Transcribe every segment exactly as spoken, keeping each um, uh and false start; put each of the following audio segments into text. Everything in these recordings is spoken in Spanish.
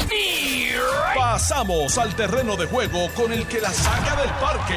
Pasamos al terreno de juego con el que la saca del parque.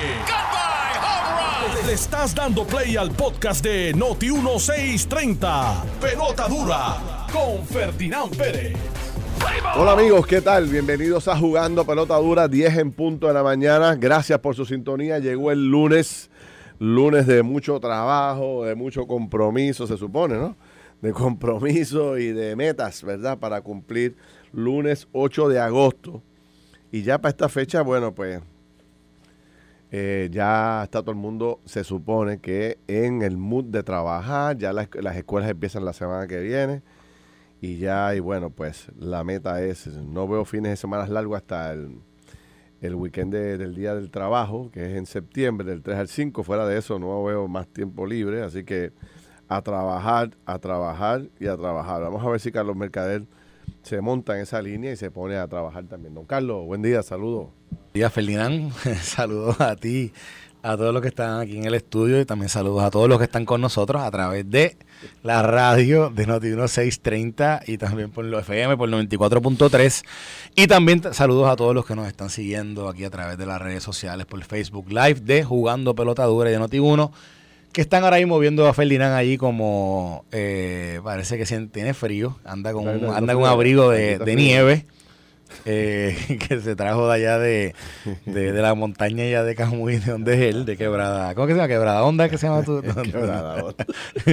Le estás dando play al podcast de Noti dieciséis treinta. Pelota dura con Ferdinand Pérez. Hola amigos, ¿qué tal? Bienvenidos a Jugando Pelota Dura, diez en punto de la mañana. Gracias por su sintonía. Llegó el lunes, lunes de mucho trabajo, de mucho compromiso, se supone, ¿no? De compromiso y de metas, ¿verdad? Para cumplir lunes ocho de agosto. Y ya para esta fecha, bueno, pues eh, ya está todo el mundo, se supone que en el mood de trabajar. Ya las, las escuelas empiezan la semana que viene. Y ya, y bueno, pues la meta es, no veo fines de semana largos hasta el, el weekend de, del Día del Trabajo, que es en septiembre, del tres al cinco. Fuera de eso no veo más tiempo libre, así que a trabajar, a trabajar y a trabajar. Vamos a ver si Carlos Mercader se monta en esa línea y se pone a trabajar también. Don Carlos, buen día, saludos. Buen día, Ferdinand. Saludos a ti, a todos los que están aquí en el estudio y también saludos a todos los que están con nosotros a través de la radio de Noti dieciséis treinta y también por los F M, por noventa y cuatro punto tres. Y también t- saludos a todos los que nos están siguiendo aquí a través de las redes sociales, por Facebook Live de Jugando Pelota Dura y de Noti uno, que están ahora mismo viendo a Ferdinand allí como eh, parece que tiene frío, anda con un, anda con un abrigo de, de nieve. Eh, que se trajo de allá de, de, de la montaña ya de Camuy, de donde es él, de Quebrada. ¿Cómo que se llama? ¿Quebrada Onda? ¿Qué se llama tú? Quebrada Onda.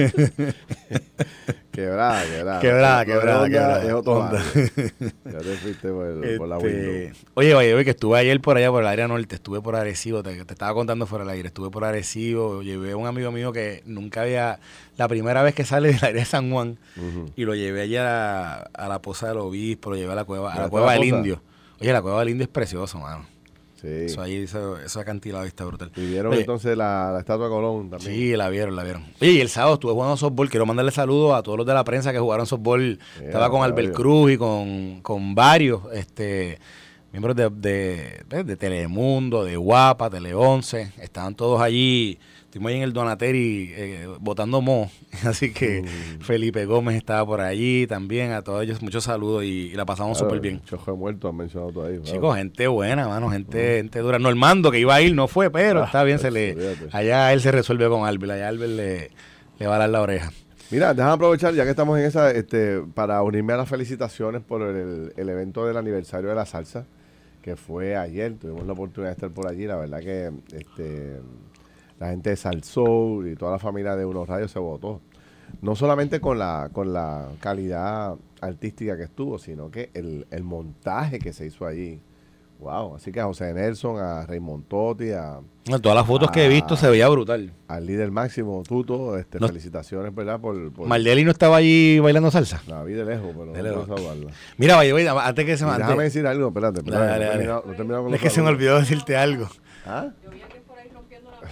Quebrada, quebrada. Quebrada, quebrada, quebrada. Es otro lado. Ya te fuiste por, este, por la window. Oye, oye, oye, que estuve ayer por allá, por el área norte, estuve por Arecibo, te, te estaba contando fuera del aire, estuve por Arecibo, llevé a un amigo mío que nunca había, la primera vez que sale del área de San Juan, uh-huh. y lo llevé allá a, a la Poza del Obispo, lo llevé a la cueva, a la cueva del Indio. Oye, la cueva del Indio es precioso, mano. Sí. Eso ahí, eso, eso acantilado está brutal. Y vieron Oye, entonces la, la estatua de Colón también. Sí, la vieron, la vieron. Oye, y el sábado estuve jugando softball. Quiero mandarle saludos a todos los de la prensa que jugaron softball. Yeah, Estaba con Albert Cruz y con, con varios este miembros de, de, de Telemundo, de Guapa, Tele once. Estaban todos allí. Estuvimos ahí en el Donateri eh, botando mo. Así que mm. Felipe Gómez estaba por allí también. A todos ellos, muchos saludos y, y la pasamos súper bien. Chojo de muerto han mencionado todo ahí. Chicos, gente buena, mano, gente, mm. gente dura. Normando, que iba a ir, no fue, pero ah, está bien. se le fíjate. Allá él se resuelve con Albert. Allá Albert le, le va a dar la oreja. Mira, déjame aprovechar, ya que estamos en esa, este, para unirme a las felicitaciones por el, el evento del aniversario de la salsa, que fue ayer. Tuvimos la oportunidad de estar por allí. La verdad que este la gente de Salsoul y toda la familia de Unos Rayos se votó. No solamente con la con la calidad artística que estuvo, sino que el, el montaje que se hizo allí. Wow. Así que a José Nelson, a Raymond Totti, a... No, todas las fotos a, que he visto se veía brutal. Al líder máximo, Tuto, este, no. felicitaciones, ¿verdad? Por, por Maldeli no estaba allí bailando salsa. La vi de lejos, pero de no lejos. puedo saludarla. Mira, vaya, vaya, antes que se me... Déjame decir algo, espérate. espérate dale, no dale, terminado, no terminado con es que saludos. Se me olvidó decirte algo. ¿Ah? Yo vi a que por ahí rompiendo la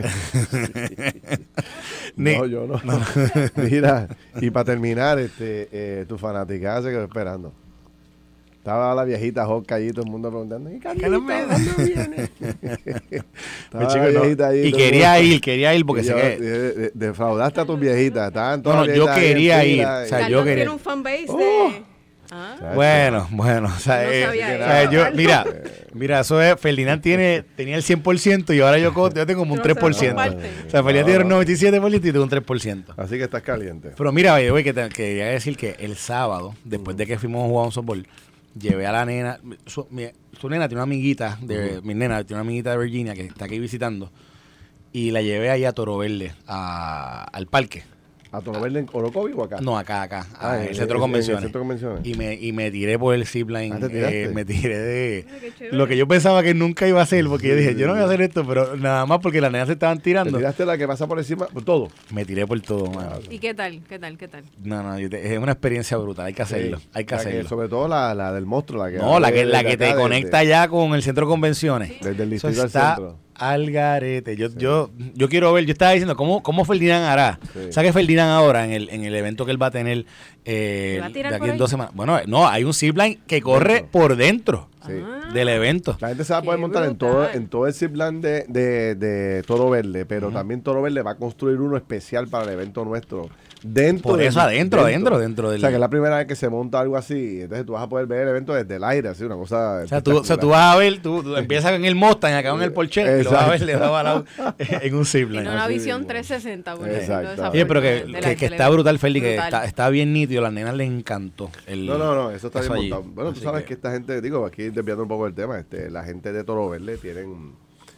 No, yo no. no. Mira, y para terminar, este, eh, tu fanaticada se quedó esperando. Estaba la viejita Joca allí, todo el mundo preguntando, ¿y Carlita, no me ¿cuándo viene? Estaba chico, la viejita no. allí. Y quería ir, quería ir porque se que... De, de, defraudaste a tus viejitas. Estaban todas no, no, yo quería ir. Y... O sea, yo quería... tiene un fanbase uh. de... Ah. Bueno, bueno, o sea, no eh, o sea yo, mira, mira, eso es, Ferdinand tiene, tenía el cien por ciento y ahora yo, yo tengo como un tres por ciento. O sea, Ferdinand tiene un noventa y siete por ciento y tengo un tres por ciento. Así que estás caliente. Pero mira, güey, que te quería decir que el sábado, después uh-huh. de que fuimos a jugar un softball, llevé a la nena, su, mi, su nena tiene una amiguita, de, uh-huh. mi nena tiene una amiguita de Virginia que está aquí visitando, y la llevé ahí a Toro Verde, a, al parque. ¿A Toro Verde en Orocovi o acá? No, acá, acá, ah, en el centro de convenciones. centro convenciones. Y me, y me tiré por el zipline. ¿Ah, eh, me tiré de Ay, lo que yo pensaba que nunca iba a hacer, porque sí, yo dije, yo no voy a hacer esto, pero nada más porque las nenas se estaban tirando. ¿Te tiraste la que pasa por encima? ¿Por todo? Me tiré por todo, mano. ¿Y qué tal? ¿Qué tal? ¿Qué tal? No, no, es una experiencia brutal, hay que hacerlo, sí, hay que hacerlo. Que, sobre todo la, la del monstruo. La que no, la que, la que te conecta desde, ya con el centro de convenciones. Sí. Desde el distrito al centro. Al garete. Yo, sí. yo, yo quiero ver, yo estaba diciendo, ¿cómo, cómo Ferdinand hará? Sí. O sea, que Ferdinand ahora, en el, en el evento que él va a tener eh, va a de aquí en dos semanas. Bueno, no, hay un zipline que corre dentro. por dentro sí. del evento. La gente se va a poder montar en todo, en todo el zipline de, de, de Toro Verde, pero uh-huh. también Toro Verde va a construir uno especial para el evento nuestro dentro Por eso del- adentro, adentro, dentro del... O sea, que es la primera vez que se monta algo así. Entonces tú vas a poder ver el evento desde el aire, así, una cosa. O sea, tú, o sea, tú vas a ver, tú, tú empiezas en el Mustang, acá en el Porsche, y lo vas a ver, le vas a dar en un zipline. Tiene una Así visión mismo. trescientos sesenta. por Exacto. ejemplo, esa Oye, pero que, parte del que, que aire. está brutal, Feli, que Brutal. está, está bien nítido, a las nenas les encantó. El, No, no, no, eso está eso bien allí. montado. Bueno, tú Así sabes que- que... esta gente, digo, aquí desviando un poco el tema, este, la gente de Toro Verde tienen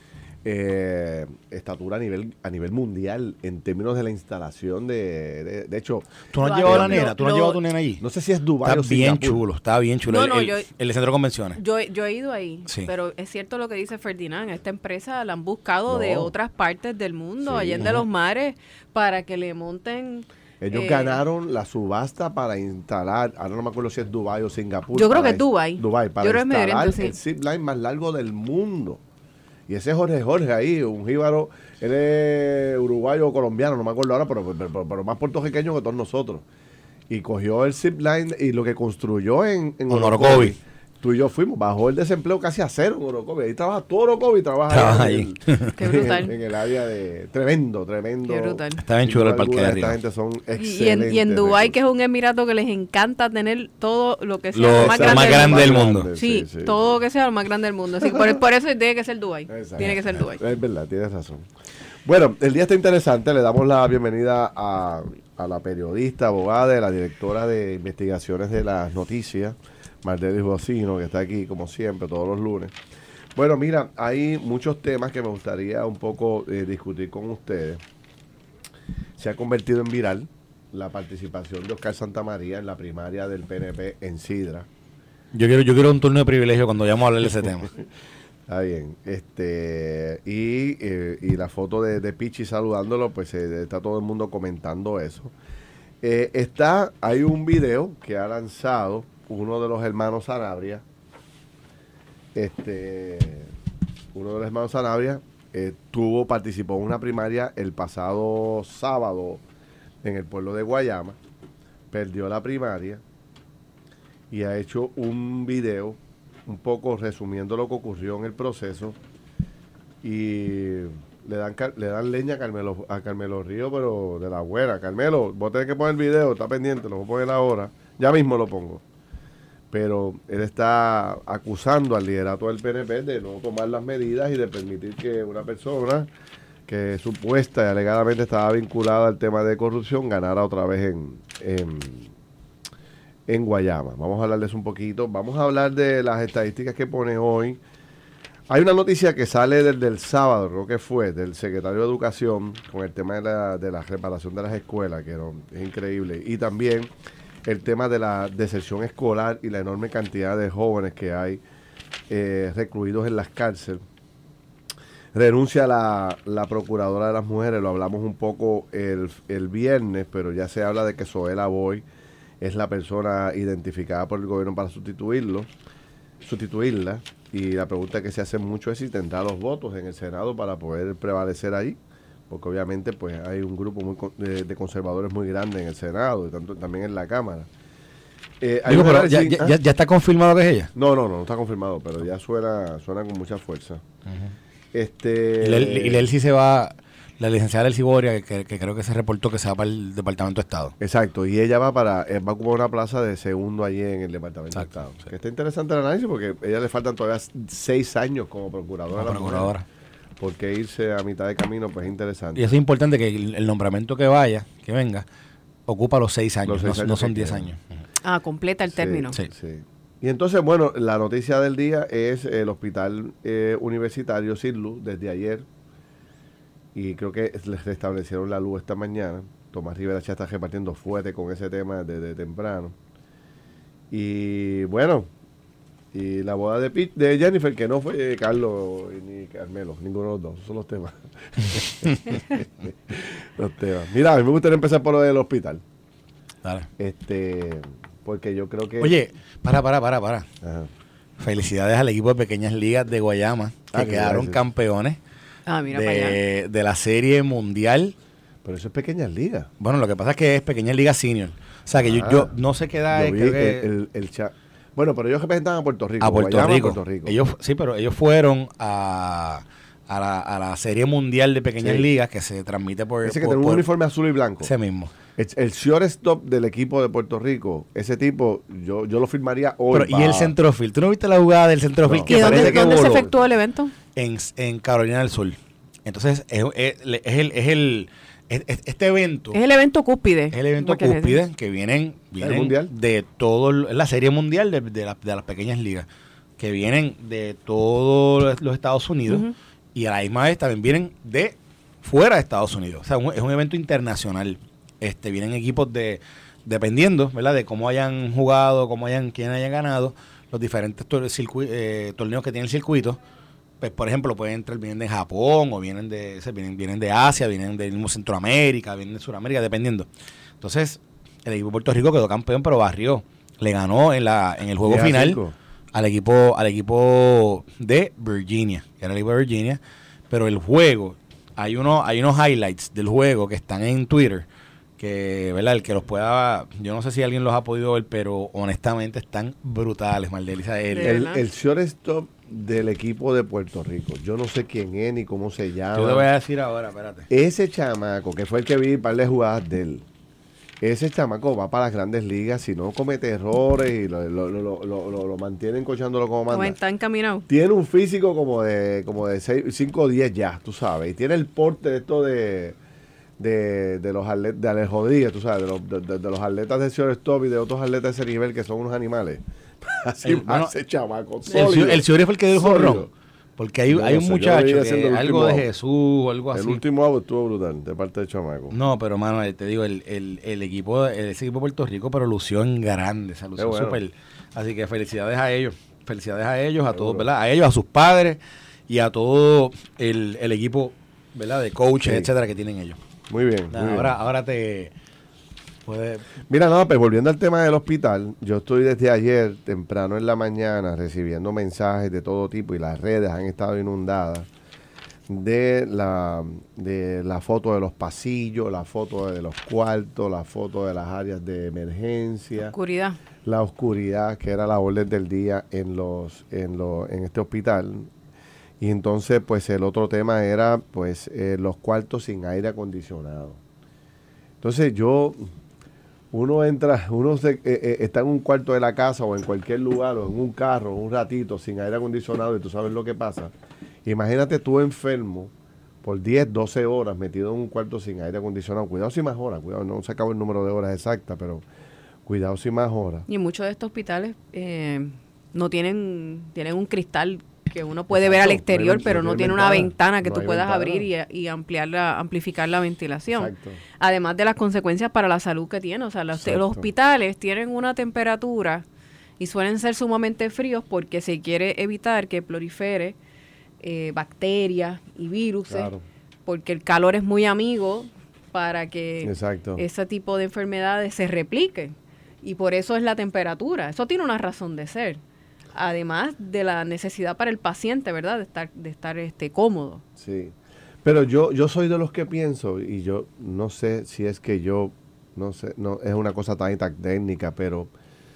eh, estatura a nivel a nivel mundial en términos de la instalación de... De, de hecho, ¿Tú no has Lo- llevado a la lo- nena? ¿Tú no has lo- llevado a tu nena allí? no sé si es Dubái Está o bien Singapur. chulo, está bien chulo. No, el, no, el- yo- el centro de convenciones. Yo, yo he ido ahí, Sí. pero es cierto lo que dice Ferdinand, esta empresa la han buscado No. de otras partes del mundo, Sí. allá de los mares, para que le monten... Ellos eh, ganaron la subasta para instalar, ahora no me acuerdo si es Dubái o Singapur. Yo creo para que es Dubái. ins- Dubái, para Yo creo que es Medio instalar Oriente, el sí. zip line más largo del mundo. Y ese Jorge Jorge ahí, un jíbaro, él es uruguayo o colombiano, no me acuerdo ahora, pero, pero, pero- pero más puertorriqueño que todos nosotros. Y cogió el zip line y lo que construyó en, en Con Orocovi. Orocovi. Tú y yo fuimos, bajó el desempleo casi a cero en Orocovi. Ahí trabaja todo Orocovi, trabaja Trabaja ahí allí. en el, Qué brutal. en, en el área de... Tremendo, tremendo. Qué brutal. Está bien Sin chulo duda el parque de alguna, arriba. Esta gente son Y en, excelentes. y en Dubái, que es recursos. un emirato que les encanta tener todo lo que sea Lo lo más más grande, grande del del mundo. mundo. Sí, todo lo que sea lo más grande del mundo. Así que por, por eso tiene que ser Dubái. Exacto. Tiene que ser Dubái. Es verdad, tienes razón. Bueno, el día está interesante. Le damos la bienvenida a, a la periodista, abogada, y la directora de investigaciones de las noticias, Mardelis Bocino, que está aquí como siempre todos los lunes. Bueno, mira, hay muchos temas que me gustaría un poco eh, discutir con ustedes. Se ha convertido en viral la participación de Oscar Santamaría en la primaria del P N P en Sidra. Yo quiero, yo quiero un turno de privilegio cuando vayamos a hablar de ese tema. Está bien. Este, y, eh, y la foto de, de Pichi saludándolo, pues eh, está todo el mundo comentando eso. Eh, está, hay un video que ha lanzado uno de los hermanos Sanabria. Este, uno de los hermanos Sanabria eh, tuvo, participó en una primaria el pasado sábado en el pueblo de Guayama. Perdió la primaria y ha hecho un video un poco resumiendo lo que ocurrió en el proceso y le dan car- le dan leña a Carmelo, a Carmelo Río, pero de la buena. Carmelo, vos tenés que poner el video, está pendiente, lo voy a poner ahora, ya mismo lo pongo. Pero él está acusando al liderato del P N P de no tomar las medidas y de permitir que una persona que supuesta y alegadamente estaba vinculada al tema de corrupción ganara otra vez en, en en Guayama. Vamos a hablar de eso un poquito. Vamos a hablar de las estadísticas que pone hoy. Hay una noticia que sale desde el sábado, creo que fue, del secretario de Educación, con el tema de la, de la reparación de las escuelas, que no, es increíble. Y también el tema de la deserción escolar y la enorme cantidad de jóvenes que hay eh, recluidos en las cárceles. Renuncia la, la procuradora de las mujeres, lo hablamos un poco el, el viernes, pero ya se habla de que Zoela Boy es la persona identificada por el gobierno para sustituirlo, sustituirla, y la pregunta que se hace mucho es si tendrá los votos en el Senado para poder prevalecer ahí, porque obviamente pues hay un grupo muy con- de, de conservadores muy grande en el Senado y tanto, también en la Cámara. Eh, hay Digo, una pero ya, análisis- ya, ¿ah? ya- ya está confirmado que es ella. No, no, no, no está confirmado, pero ya suena, suena con mucha fuerza. Este, Y Lel- y Lel sí se va, la licenciada Lel Ciboria, que, que- que creo que se reportó que se va para el Departamento de Estado. Exacto, y ella va para eh, va a ocupar una plaza de segundo allí en el Departamento Exacto, de Estado. sí. Que está interesante el análisis porque a ella le faltan todavía seis años como procuradora. Como de la mujer. procuradora. Porque irse a mitad de camino pues es interesante. Y eso es importante que el, el nombramiento que vaya, que venga, ocupa los seis años, Los seis no, años no que son diez quedan. años. Ah, completa el Sí, término. Sí. sí. Y entonces, bueno, la noticia del día es el Hospital eh, Universitario Sin Luz desde ayer. Y creo que les restablecieron la luz esta mañana. Tomás Rivera ya está repartiendo fuerte con ese tema desde temprano. Y bueno, y la boda de, Pi- de Jennifer, que no fue Carlos ni Carmelo, ninguno de los dos, esos son los temas. Los temas. Mira, a mí me gustaría empezar por lo del hospital. Dale. Este, porque yo creo que... Oye, para, para, para, para. Ajá. Felicidades al equipo de Pequeñas Ligas de Guayama, que Ah, qué quedaron gracias. campeones Ah, mira para allá. de, de la Serie Mundial. Pero eso es pequeñas ligas. Bueno, lo que pasa es que es Pequeñas Ligas Senior. O sea, que yo, Ah. yo no sé qué edad Yo es, vi creo que- el, el- el cha- Bueno, pero ellos representan a Puerto Rico. a Puerto Guayama, Rico. Puerto Rico. Ellos, sí, pero ellos fueron a, a la, a la Serie Mundial de Pequeñas Sí. Ligas que se transmite por... Ese que por, tiene un por- uniforme azul y blanco. Ese mismo. El, el shortstop del equipo de Puerto Rico, ese tipo, yo, yo lo firmaría hoy. Pero, y el centrofield. ¿Tú no viste la jugada del centrofield No. que ¿Y dónde, parece que dónde se voló? efectuó el evento? En, en Carolina del Sur. Entonces, es, es, es el... Es el es- es- este evento... Es el evento cúspide. Es el evento Porque es- cúspide que vienen, vienen mundial? de todo, el- es la serie mundial de, de, la- de las pequeñas ligas, que vienen de todos los Estados Unidos Ujú. y a la misma vez también vienen de fuera de Estados Unidos. O sea, un- es un evento internacional. Este, vienen equipos de, dependiendo, ¿verdad? De cómo hayan jugado, cómo hayan, quién hayan ganado, los diferentes tor- circui- eh, torneos que tiene el circuito. Pues, por ejemplo, pueden entrar, vienen de Japón o vienen de, se- vienen, vienen de Asia, vienen del mismo Centroamérica, vienen de Sudamérica, dependiendo. Entonces, el equipo de Puerto Rico quedó campeón, pero barrió. Le ganó en la en el juego diez a final cinco. al equipo al equipo de Virginia, que era el equipo de Virginia, pero el juego, hay uno hay unos highlights del juego que están en Twitter, que, ¿verdad? El que los pueda, yo no sé si alguien los ha podido ver, pero honestamente están brutales, Maldeliza. El, De El, verdad. el shortstop del equipo de Puerto Rico, yo no sé quién es ni cómo se llama. yo te voy a decir ahora, espérate. Ese chamaco, que fue el que vi un par de jugadas de él, ese chamaco va para las grandes ligas, si no comete errores y lo, lo, lo, lo, lo- lo- lo mantienen cochándolo como ¿Cómo manda. está encaminado? Tiene un físico como de como de cinco o diez ya, tú sabes. Y tiene el porte de esto de, de, de los atletas, de Alex Rodríguez, tú sabes, de los, de, de- de los atletas de shortstop y de otros atletas de ese nivel que son unos animales. Así El- va bueno, ese chamaco. El, sólido. Ciu- el Ciuri fue el que dio el Sólido. jonrón. Porque hay, Yo hay no un sé, yo muchacho debería que ser el algo último de out. Jesús o algo así. El último out estuvo brutal de parte de chamaco. No, pero mano, eh, te digo, el, el, el equipo, el- ese equipo de Puerto Rico, pero lució en grande, o sea, lució Qué bueno. súper. Así que felicidades a ellos, felicidades a ellos, a todos, ¿verdad? A ellos, a sus padres y a todo el, el equipo, ¿verdad? De coaches, Sí. etcétera, que tienen ellos. Muy bien, Nada, muy bien. ahora, ahora te puede. Mira, no, pues volviendo al tema del hospital, yo estoy desde ayer temprano en la mañana recibiendo mensajes de todo tipo y las redes han estado inundadas de la, de la foto de los pasillos, la foto de los cuartos, la foto de las áreas de emergencia, Oscuridad. la oscuridad que era la orden del día en los en los en este hospital. Y entonces pues el otro tema era pues eh, los cuartos sin aire acondicionado. Entonces yo uno entra, uno se, eh, eh, está en un cuarto de la casa o en cualquier lugar o en un carro un ratito sin aire acondicionado y tú sabes lo que pasa. Imagínate tú enfermo por diez, doce horas metido en un cuarto sin aire acondicionado. Cuidado si más horas, cuidado, no se acabó el número de horas exacta, pero cuidado si más horas. Y muchos de estos hospitales eh, no tienen, tienen un cristal que uno puede ver al Exacto, exterior, no hay- pero no no tiene tiene una ventana, ventana que no tú hay puedas ventana. abrir y, y ampliar la, amplificar la ventilación. Exacto. Además de las consecuencias para la salud que tiene. O sea, los, Exacto. los hospitales tienen una temperatura y suelen ser sumamente fríos porque se quiere evitar que prolifere eh, bacterias y virus, Claro. porque el calor es muy amigo para que Exacto. ese tipo de enfermedades se repliquen. Y por eso es la temperatura. Eso tiene una razón de ser. Además de la necesidad para el paciente, ¿verdad? De estar, de estar este, cómodo. Sí. Pero yo, yo soy de los que pienso, y yo no sé si es que yo, no sé, no es una cosa tan, tan técnica, pero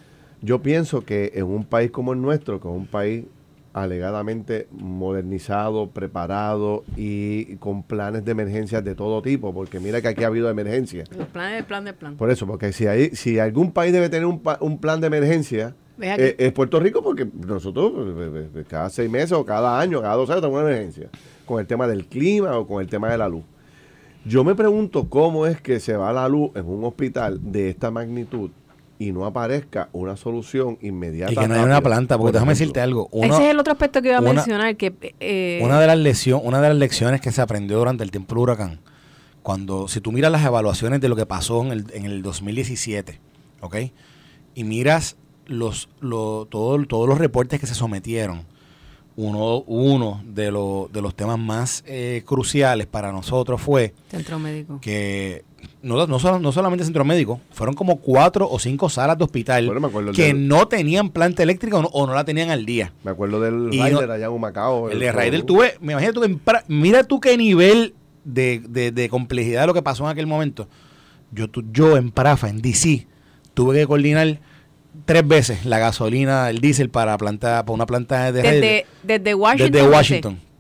yo pienso que en un país como el nuestro, que es un país alegadamente modernizado, preparado y con planes de emergencias de todo tipo, porque mira que aquí ha habido emergencias. Los planes del plan del plan. Por eso, porque si hay, si algún país debe tener un, pa- un plan de emergencia, ¿Ves aquí? eh, es Puerto Rico, porque nosotros eh, eh, cada seis meses o cada año, cada dos años tenemos una emergencia, con el tema del clima o con el tema de la luz. Yo me pregunto cómo es que se va la luz en un hospital de esta magnitud y no aparezca una solución inmediata. Y que no hay rápida. una planta, porque Por déjame ejemplo, decirte algo. Uno, Ese es el otro aspecto que iba a una- mencionar, que eh, Una de las lecciones, una de las lecciones que se aprendió durante el tiempo del huracán, cuando si tú miras las evaluaciones de lo que pasó en el, en el dos mil diecisiete, ¿ok? Y miras los, lo- todo- todos los reportes que se sometieron, uno, uno de, los de los temas más eh, cruciales para nosotros fue centro médico. que no, no, solo- no solamente centro médico, fueron como cuatro o cinco salas de hospital Bueno, me acuerdo que del- no tenían planta eléctrica o no, o no la tenían al día. Me acuerdo del Y Raider no- allá en Humacao. El de Raider, tuve, me imagino tú, que en pra- mira tú qué nivel de, de, de complejidad de lo que pasó en aquel momento. Yo, tu- yo en Parafa, en D C, tuve que coordinar tres veces la gasolina, el diésel para planta, para una planta de Raider Desde, desde Washington. desde Washington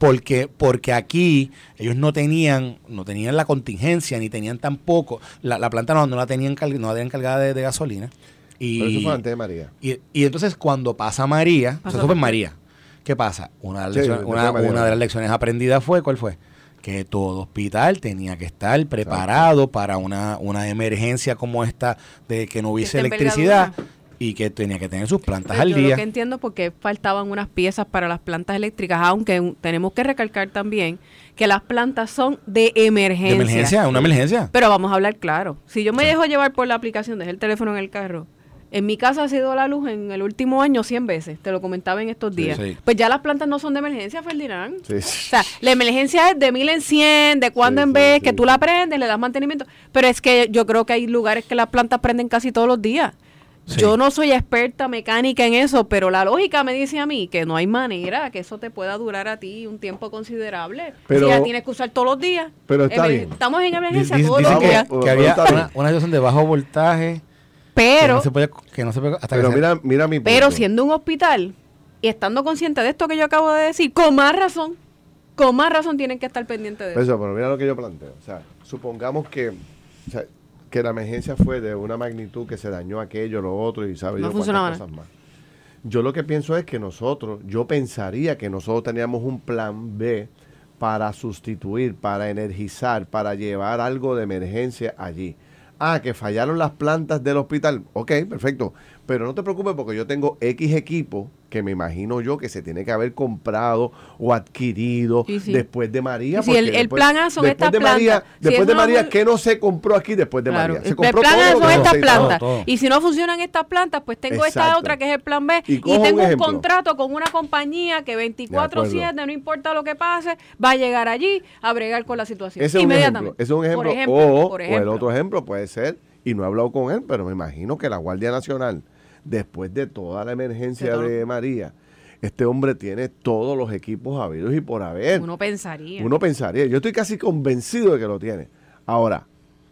porque porque aquí ellos no tenían no tenían la contingencia, ni tenían tampoco, la, la planta no, no la tenían carg, no la tenían cargada de, de gasolina. Y, Pero eso fue antes de María. Y, y entonces cuando pasa María, o sea, eso fue María, ¿qué pasa? Una de las, sí, lecciones, una, una de las lecciones aprendidas fue, ¿cuál fue? Que todo hospital tenía que estar preparado Exacto. para una, una emergencia como esta de que no hubiese electricidad y que tenía que tener sus plantas Pero al yo día. Lo que entiendo porque faltaban unas piezas para las plantas eléctricas, aunque tenemos que recalcar también que las plantas son de emergencia. De emergencia, una emergencia. Pero vamos a hablar claro. Si yo me sí. dejo llevar por la aplicación, dejé el teléfono en el carro, en mi casa ha sido la luz en el último año cien veces, te lo comentaba en estos días. Sí, sí. Pues ya las plantas no son de emergencia, Ferdinand. Sí, sí. O sea, la emergencia es de mil en cien, de cuando sí, en vez, sí, que sí. tú la prendes, le das mantenimiento. Pero es que yo creo que hay lugares que las plantas prenden casi todos los días. Sí. Yo no soy experta mecánica en eso, pero la lógica me dice a mí que no hay manera que eso te pueda durar a ti un tiempo considerable. Pero, si ya tienes que usar todos los días. Pero está Emer- bien. Estamos en emergencia Dice, todos dice los que, días. Que había una, una situación de bajo voltaje. Pero, que no se puede, que no se puede hasta pero que mira, mira mi punto. Pero siendo un hospital y estando consciente de esto que yo acabo de decir, con más razón, con más razón tienen que estar pendientes de eso. Eso, pero mira lo que yo planteo. O sea, supongamos que, o sea, que la emergencia fue de una magnitud que se dañó aquello, lo otro y sabe no yo cuántas cosas más. Yo lo que pienso es que nosotros, yo pensaría que nosotros teníamos un plan B para sustituir, para energizar, para llevar algo de emergencia allí. Ah, que fallaron las plantas del hospital. Ok, perfecto. Pero no te preocupes porque yo tengo X equipo que me imagino yo que se tiene que haber comprado o adquirido sí, sí. después de María. Sí, el, el después, plan A son estas de María, plantas. Después si de María, no, ¿qué no se compró aquí después de claro, María? Se compró el plan A todo son estas no plantas. Todo, todo. Y si no funcionan estas plantas, pues tengo Exacto. esta otra que es el plan B. Y, y tengo un, un contrato con una compañía que veinticuatro siete, no importa lo que pase, va a llegar allí a bregar con la situación. Ese inmediatamente. Es un ejemplo. Ese es un ejemplo. Por ejemplo, o, por ejemplo. o el otro ejemplo puede ser, y no he hablado con él, pero me imagino que la Guardia Nacional, después de toda la emergencia de, de María, este hombre tiene todos los equipos habidos y por haber. Uno pensaría. Uno pensaría. Yo estoy casi convencido de que lo tiene. Ahora,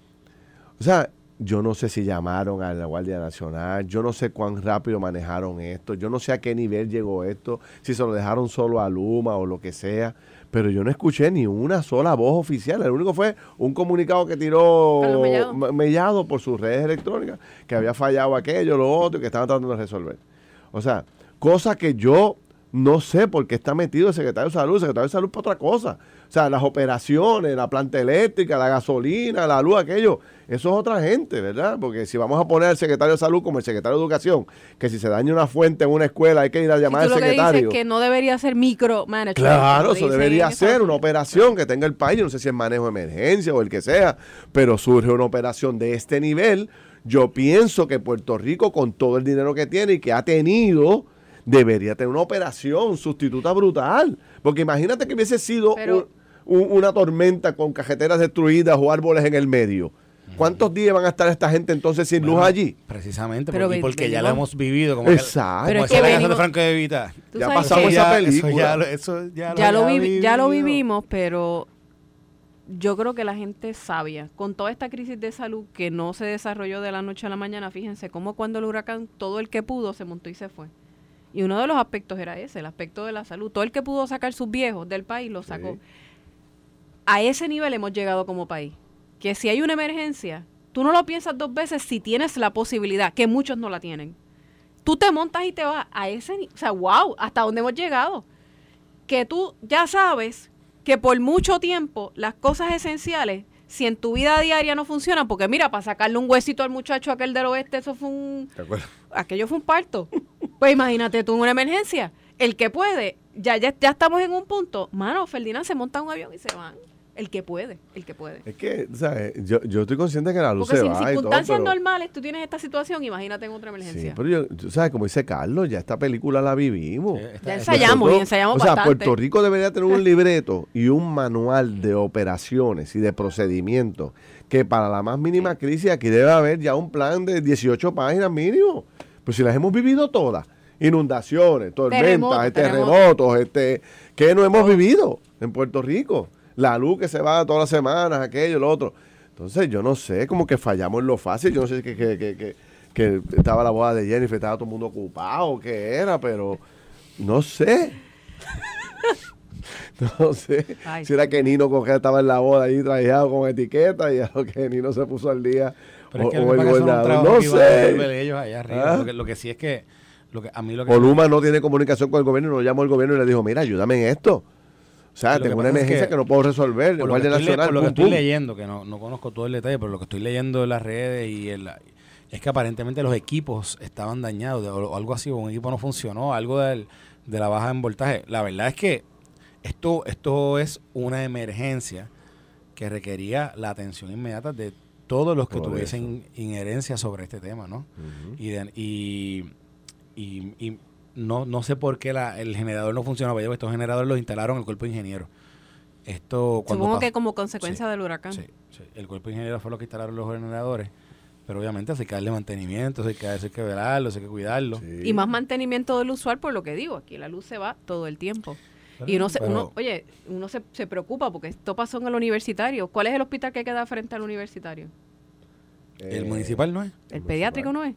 o sea, yo no sé si llamaron a la Guardia Nacional, yo no sé cuán rápido manejaron esto, yo no sé a qué nivel llegó esto, si se lo dejaron solo a Luma o lo que sea, pero yo no escuché ni una sola voz oficial. El único fue un comunicado que tiró Mellado. Mellado por sus redes electrónicas, que había fallado aquello, lo otro, y que estaban tratando de resolver. O sea, cosa que yo no sé por qué está metido el secretario de Salud. El secretario de Salud para otra cosa. O sea, las operaciones, la planta eléctrica, la gasolina, la luz, aquello, eso es otra gente, ¿verdad? Porque si vamos a poner al secretario de Salud como el secretario de Educación, que si se daña una fuente en una escuela hay que ir a llamar al secretario. Lo que dices es que no debería ser micromanagement. Claro, eso debería ser una operación que tenga el país. Yo no sé si es manejo de emergencia o el que sea, pero surge una operación de este nivel. Yo pienso que Puerto Rico, con todo el dinero que tiene y que ha tenido, debería tener una operación sustituta brutal. Porque imagínate que hubiese sido un, un, una tormenta con cajeteras destruidas o árboles en el medio. ¿Cuántos días van a estar esta gente entonces sin bueno, luz allí? Precisamente, pero porque, porque ya lo hemos vivido. Como Exacto. Que, como es que la venimos, de Franco de Vita. Ya pasamos esa película. Eso ya, lo, eso ya, ya, lo, lo vivi, ya lo vivimos, pero yo creo que la gente es sabia. Con toda esta crisis de salud que no se desarrolló de la noche a la mañana, fíjense cómo cuando el huracán, todo el que pudo se montó y se fue. Y uno de los aspectos era ese, el aspecto de la salud. Todo el que pudo sacar sus viejos del país lo sacó. Sí. A ese nivel hemos llegado como país. Que si hay una emergencia, tú no lo piensas dos veces si tienes la posibilidad, que muchos no la tienen. Tú te montas y te vas a ese nivel. O sea, wow, hasta dónde hemos llegado. Que tú ya sabes que por mucho tiempo las cosas esenciales, si en tu vida diaria no funcionan, porque mira, para sacarle un huesito al muchacho aquel del oeste, eso fue un... ¿De acuerdo? Aquello fue un parto. Pues imagínate tú en una emergencia. El que puede, ya, ya, ya estamos en un punto. Mano, Ferdinand se monta en un avión y se van. El que puede, el que puede. Es que, ¿sabes? Yo, yo estoy consciente que la luz Porque se si va en circunstancias y todo, pero... normales tú tienes esta situación, imagínate en otra emergencia. Sí, pero yo, tú sabes, como dice Carlos, ya esta película la vivimos. Sí, ya ensayamos Nosotros, y ensayamos o sea, bastante. Puerto Rico debería tener un libreto y un manual de operaciones y de procedimientos que para la más mínima crisis aquí debe haber ya un plan de dieciocho páginas mínimo. Pues si las hemos vivido todas, inundaciones, tormentas, terremotos, terremotos, este, ¿qué no hemos vivido en Puerto Rico? La luz que se va todas las semanas, aquello, lo otro. Entonces, yo no sé, como que fallamos en lo fácil. Yo no sé que, que, que, que, que estaba la boda de Jennifer, estaba todo el mundo ocupado, qué era, pero no sé. Entonces, Ay, si era que Nino Cogea estaba en la boda ahí trajeado con etiqueta y a lo que Nino se puso al día. Pero o, es que o el gobernador, no sé. Ellos allá arriba. ¿Ah? Lo, que, lo que sí es que, lo que a mí lo que... O Luma no tiene comunicación con el gobierno y nos llamó el gobierno y le dijo, mira, ayúdame en esto. O sea, tengo una emergencia que, que no puedo resolver. Por el lo que Guardia estoy, Nacional, por lo pum, que estoy pum. leyendo, que no, no conozco todo el detalle, pero lo que estoy leyendo en las redes y en la, es que aparentemente los equipos estaban dañados o, o algo así, o un equipo no funcionó, algo del, de la baja en voltaje. La verdad es que esto, esto es una emergencia que requería la atención inmediata de todos los que Por tuviesen eso. inherencia sobre este tema, ¿no? Uh-huh. Y, de, y, y, y no, no sé por qué la, el generador no funcionaba. Estos generadores los instalaron el cuerpo de ingeniero. Esto, cuando Supongo pasó, que como consecuencia sí, del huracán. Sí, sí. El cuerpo de ingeniero fue lo que instalaron los generadores. Pero obviamente hay que darle mantenimiento, hay que, hay que velarlo, hay que cuidarlo. Sí. Y más mantenimiento del usual, por lo que digo, aquí la luz se va todo el tiempo. Pero, y uno, se, uno oye, uno se, se preocupa porque esto pasó en el universitario. ¿Cuál es el hospital que queda frente al universitario? ¿El eh, municipal no es? ¿El, el pediátrico no es?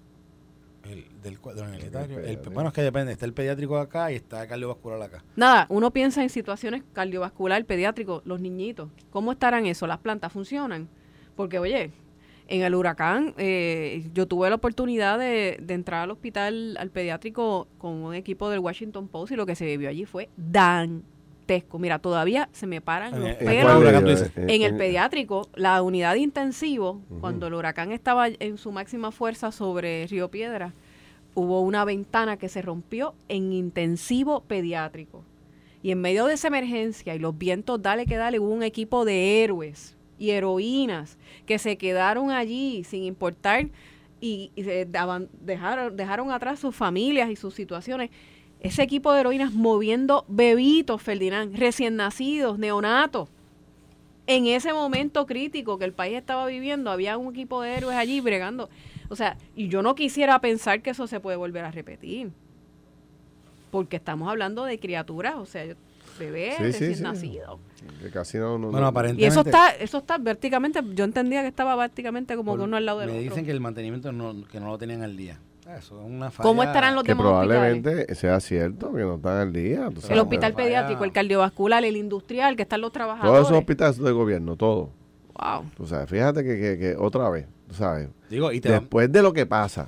El del, del universitario. El, bueno, es que depende. Está el pediátrico acá y está el cardiovascular acá. Nada, uno piensa en situaciones cardiovascular, pediátrico, los niñitos. ¿Cómo estarán eso? ¿Las plantas funcionan? Porque, oye, en el huracán, eh, yo tuve la oportunidad de, de entrar al hospital, al pediátrico, con un equipo del Washington Post y lo que se vivió allí fue dantesco. Mira, todavía se me paran los pelos. En el pediátrico, la unidad de intensivo, uh-huh. cuando el huracán estaba en su máxima fuerza sobre Río Piedras, hubo una ventana que se rompió en intensivo pediátrico. Y en medio de esa emergencia y los vientos dale que dale, hubo un equipo de héroes y heroínas que se quedaron allí sin importar y, y se daban, dejaron, dejaron atrás sus familias y sus situaciones. Ese equipo de heroínas moviendo bebitos, Ferdinand, recién nacidos, neonatos. En ese momento crítico que el país estaba viviendo, había un equipo de héroes allí bregando. O sea, y yo no quisiera pensar que eso se puede volver a repetir. Porque estamos hablando de criaturas, o sea, bebés sí, recién sí, sí. nacidos. Que casi no, no, bueno, aparentemente, y eso está, eso está prácticamente, yo entendía que estaba prácticamente como que uno al lado del me otro. Me dicen que el mantenimiento no, que no lo tenían al día. Eso es una falla. ¿Cómo estarán los que demás probablemente hospitales? sea cierto, que no están al día. Tú sabes, el hospital pero, pediátrico, el cardiovascular, el industrial, que están los trabajadores. todos esos hospitales del gobierno, todo. Wow. Tú sabes, fíjate que, que, que otra vez, tú sabes, Digo, y te después va... de lo que pasa,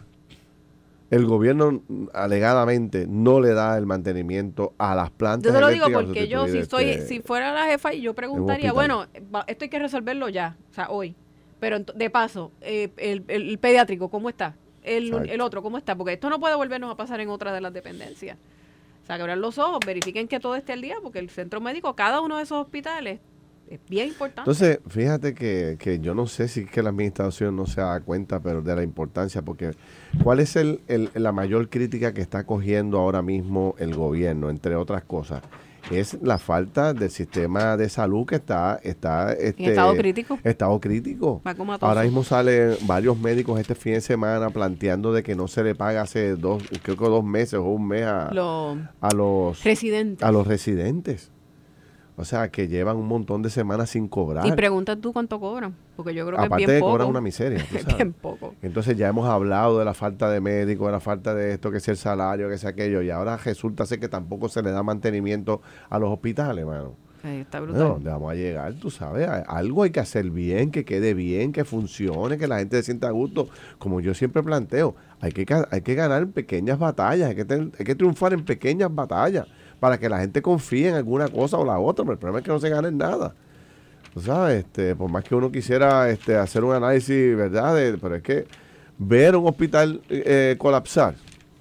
el gobierno alegadamente no le da el mantenimiento a las plantas. Yo te lo digo porque yo, si soy, este, si fuera la jefa, yo preguntaría, bueno, esto hay que resolverlo ya, o sea, hoy. Pero de paso, eh, el, el, el pediátrico, ¿cómo está? El, el otro, ¿cómo está? Porque esto no puede volvernos a pasar en otra de las dependencias. O sea, que abran los ojos, verifiquen que todo esté al día, porque el centro médico, cada uno de esos hospitales, es bien importante. Entonces, fíjate que, que yo no sé si es que la administración no se da cuenta, pero de la importancia, porque ¿cuál es el, el, la mayor crítica que está cogiendo ahora mismo el gobierno, entre otras cosas? Es la falta del sistema de salud que está está este, en estado crítico. Estado crítico. Ahora mismo salen varios médicos este fin de semana planteando de que no se le paga hace dos, creo que dos meses o un mes a, Lo, a los residentes. A los residentes. O sea, que llevan un montón de semanas sin cobrar. Y pregunta tú cuánto cobran, porque yo creo que aparte es bien de poco. cobran una miseria, tú sabes. Bien poco. Entonces ya hemos hablado de la falta de médicos, de la falta de esto, que sea el salario, que sea aquello, y ahora resulta ser que tampoco se le da mantenimiento a los hospitales, mano. Sí, está brutal. No, le vamos a llegar, tú sabes, algo hay que hacer bien, que quede bien, que funcione, que la gente se sienta a gusto. Como yo siempre planteo, hay que, hay que ganar pequeñas batallas, hay que, tener, hay que triunfar en pequeñas batallas para que la gente confíe en alguna cosa o la otra, pero el problema es que no se gane nada. Tú sabes, este, por más que uno quisiera este, hacer un análisis, ¿verdad? De, pero es que ver un hospital eh, colapsar.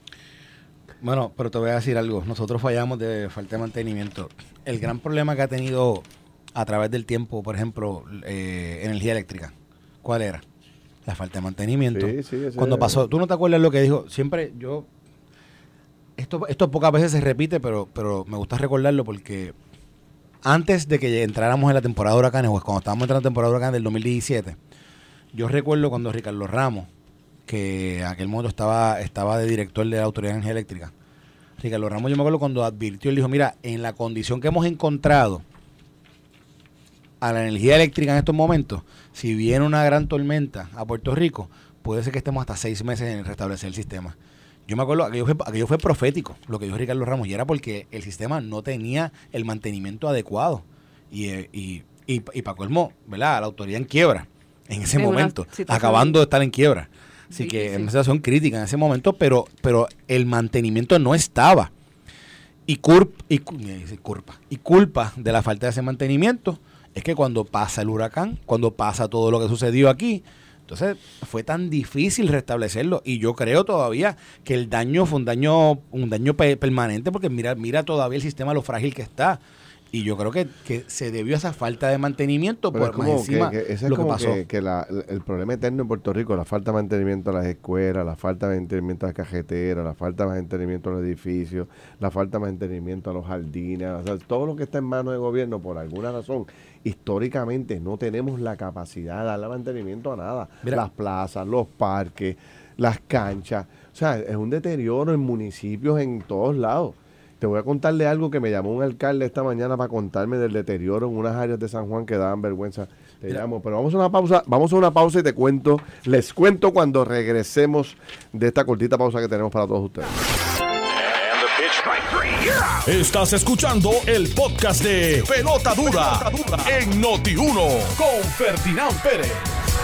Bueno, pero te voy a decir algo. Nosotros fallamos de falta de mantenimiento. El gran problema que ha tenido a través del tiempo, por ejemplo, eh, energía eléctrica, ¿cuál era? La falta de mantenimiento. Sí, sí, Cuando pasó, ¿tú no te acuerdas lo que dijo? Siempre yo... Esto, esto pocas veces se repite, pero, pero me gusta recordarlo porque antes de que entráramos en la temporada de huracanes, o cuando estábamos entrando en la temporada de huracanes del dos mil diecisiete, yo recuerdo cuando Ricardo Ramos, que en aquel momento estaba, estaba de director de la Autoridad de Energía Eléctrica, Ricardo Ramos, yo me acuerdo cuando advirtió, él dijo, mira, en la condición que hemos encontrado a la energía eléctrica en estos momentos, si viene una gran tormenta a Puerto Rico, puede ser que estemos hasta seis meses en restablecer el sistema. Yo me acuerdo, aquello fue, aquello fue profético, lo que dijo Ricardo Ramos, y era porque el sistema no tenía el mantenimiento adecuado. Y, y, y, y para colmo, ¿verdad? La autoridad en quiebra en ese en momento, acabando de estar en quiebra. Así sí, que sí. en una situación crítica en ese momento, pero, pero el mantenimiento no estaba. Y, curp, y, culpa, y culpa de la falta de ese mantenimiento es que cuando pasa el huracán, cuando pasa todo lo que sucedió aquí, entonces fue tan difícil restablecerlo. Y yo creo todavía que el daño fue un daño un daño pe- permanente, porque mira mira todavía el sistema lo frágil que está. Y yo creo que, que se debió a esa falta de mantenimiento Pero por es más como encima que, que ese es lo que como pasó. que, que la, el problema eterno en Puerto Rico, la falta de mantenimiento a las escuelas, la falta de mantenimiento a las cajeteras, la falta de mantenimiento a los edificios, la falta de mantenimiento a los jardines, o sea, todo lo que está en manos del gobierno, por alguna razón, históricamente no tenemos la capacidad de darle mantenimiento a nada. Mira. Las plazas, los parques, las canchas, o sea, es un deterioro en municipios en todos lados. Te voy a contarle algo que me llamó un alcalde esta mañana para contarme del deterioro en unas áreas de San Juan que daban vergüenza. Te Mira. llamo, pero vamos a una pausa, vamos a una pausa y te cuento, les cuento cuando regresemos de esta cortita pausa que tenemos para todos ustedes. Estás escuchando el podcast de Pelota Dura, en Noti uno con Ferdinand Pérez.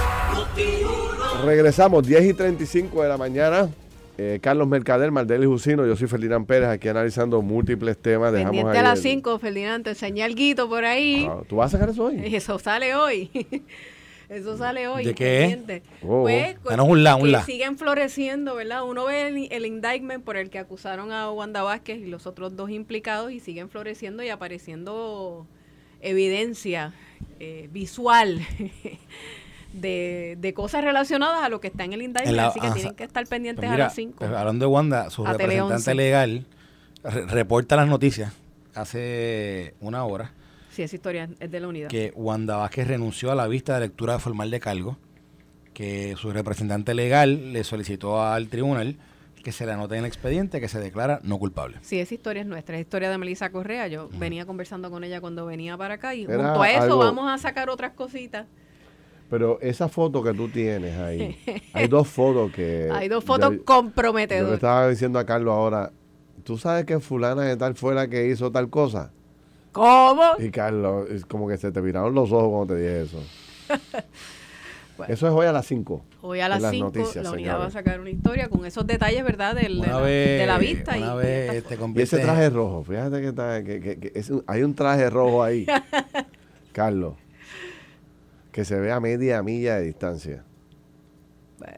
Regresamos, diez y treinta y cinco de la mañana. Eh, Carlos Mercader, Mardeli Jusino, yo soy Ferdinand Pérez, aquí analizando múltiples temas. Dejamos Pendiente ahí a las el- cinco, Ferdinand, te enseñé alguito por ahí. Ah, ¿tú vas a sacar eso hoy? Eso sale hoy. Eso sale hoy. ¿De qué? pendiente. Oh, Pues, oh. Danos un la, un que la. siguen floreciendo, ¿verdad? Uno ve el, el indictment por el que acusaron a Wanda Vázquez y los otros dos implicados y siguen floreciendo y apareciendo evidencia eh, visual de, de cosas relacionadas a lo que está en el indictment. En la- así que ah, tienen que estar pendientes Pues a mira, las cinco. pues hablando de Wanda, su A Tele representante once. legal re- reporta las noticias hace una hora Sí, esa historia es de la unidad. que Wanda Vázquez renunció a la vista de lectura formal de cargo, que su representante legal le solicitó al tribunal que se le anote en el expediente que se declara no culpable. Sí, esa historia es nuestra, es historia de Melissa Correa. Yo Ujú. venía conversando con ella cuando venía para acá y Era junto a eso algo- vamos a sacar otras cositas. Pero esa foto que tú tienes ahí, hay dos fotos que... Hay dos fotos yo- Yo le comprometedoras. estaba diciendo a Carlos ahora, ¿tú sabes que fulana de tal fue la que hizo tal cosa? ¿Cómo? Y Carlos, es como que se te viraron los ojos cuando te dije eso. Bueno. Eso es hoy a las cinco. Hoy a en las las cinco noticias, la unidad señores. va a sacar una historia con esos detalles, ¿verdad? Del, de, Una la, vez, de la vista. una y, vez y te esta- Y convierte ese traje rojo, fíjate que, está, que, que- que es un- hay un traje rojo ahí, Carlos, que se ve a media milla de distancia. Bueno,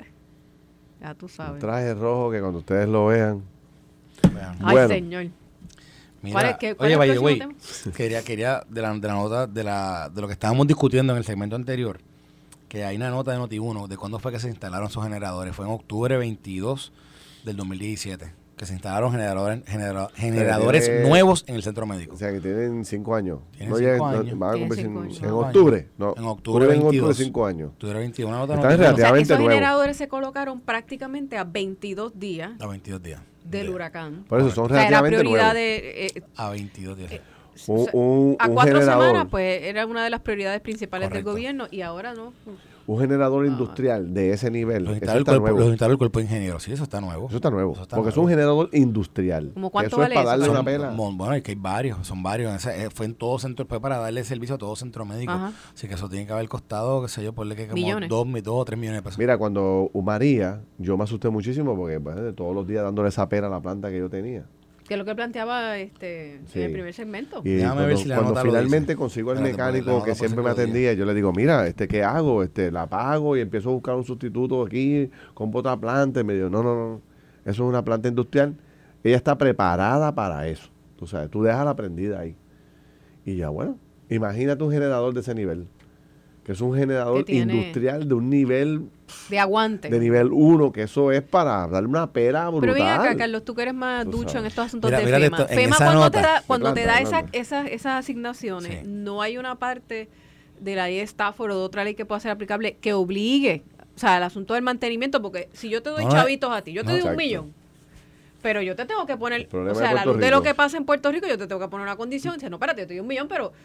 ya tú Un sabes. traje rojo que cuando ustedes lo vean... Vean. Ay, bueno. señor. Mira, ¿Cuál es- qué- cuál oye, es el by the próximo way, quería, quería de la, de la nota, de la, de lo que estábamos discutiendo en el segmento anterior, que hay una nota de Noti uno de cuándo fue que se instalaron esos generadores. Fue en octubre veintidós del dos mil diecisiete, que se instalaron generadores, genera- generadores tiene- nuevos en el centro médico. O sea, que tienen cinco años. Tienen No cinco llegan- no- años. van a Tienen cumplir cinco cin- años. en Cinco octubre. años. No, En octubre cumplen en octubre veintidós. cinco años. Octubre veintidós, una nota Están de Noti uno, relativamente- O sea, que esos nuevo. generadores se colocaron prácticamente a veintidós días a veintidós días. del De- huracán. Por eso son O sea, era relativamente prioridad nuevos. de... eh, A veintidós días. Eh, Un, o sea, un- a un cuatro generador, semanas, pues era una de las prioridades principales Correcto. del gobierno y ahora no. un generador Ah. industrial de ese nivel, Los eso instaló, el está cuerpo, nuevo. los instaló el cuerpo de ingenieros. Sí, eso está nuevo. Eso está nuevo. Eso está porque es nuevo. un generador industrial. ¿Cómo Que cuánto eso vale es para eso, darle Carlos? una pela. Mon- Bueno, es que hay varios, son varios. Ese, eh, fue en todo centro, fue para darle servicio a todo centro médico. Ajá. Así que eso tiene que haber costado, qué sé yo, ponle que como Millones. dos, mi- dos o tres millones de pesos. Mira, cuando María, yo me asusté muchísimo porque pues, de todos los días dándole esa pera a la planta que yo tenía. Que es lo que planteaba este Sí. en el primer segmento. Y Déjame cuando, ver si la cuando nota lo finalmente dice. consigo al Espérate, porque la mecánico nota que por siempre si me lo dice. atendía, yo le digo, mira, este ¿qué hago? Este, la pago y empiezo a buscar un sustituto aquí, compro otra planta. Y me dijo, no, no, no, eso es una planta industrial. Ella está preparada para eso. Tú sabes, tú dejas la prendida ahí. Y ya, bueno, imagínate un generador de ese nivel. Que es un generador Que tiene- industrial de un nivel, De aguante. de nivel uno, que eso es para darle una pera brutal. Pero ven acá, Carlos, tú que eres más Tú ducho sabes. en estos asuntos Mira, de mírate FEMA. esto, en FEMA esa cuando nota. te da, De cuando te planta, da de esa- planta. esas, esas asignaciones, Sí. no hay una parte de la ley de Stafford o de otra ley que pueda ser aplicable que obligue, o sea, el asunto del mantenimiento, porque si yo te doy No, chavitos a ti, yo te no, doy un exacto. millón, pero yo te tengo que poner, El problema o sea, de a la Puerto luz de lo Rico. que pasa en Puerto Rico, yo te tengo que poner una condición, dice, no, espérate, yo te doy un millón, pero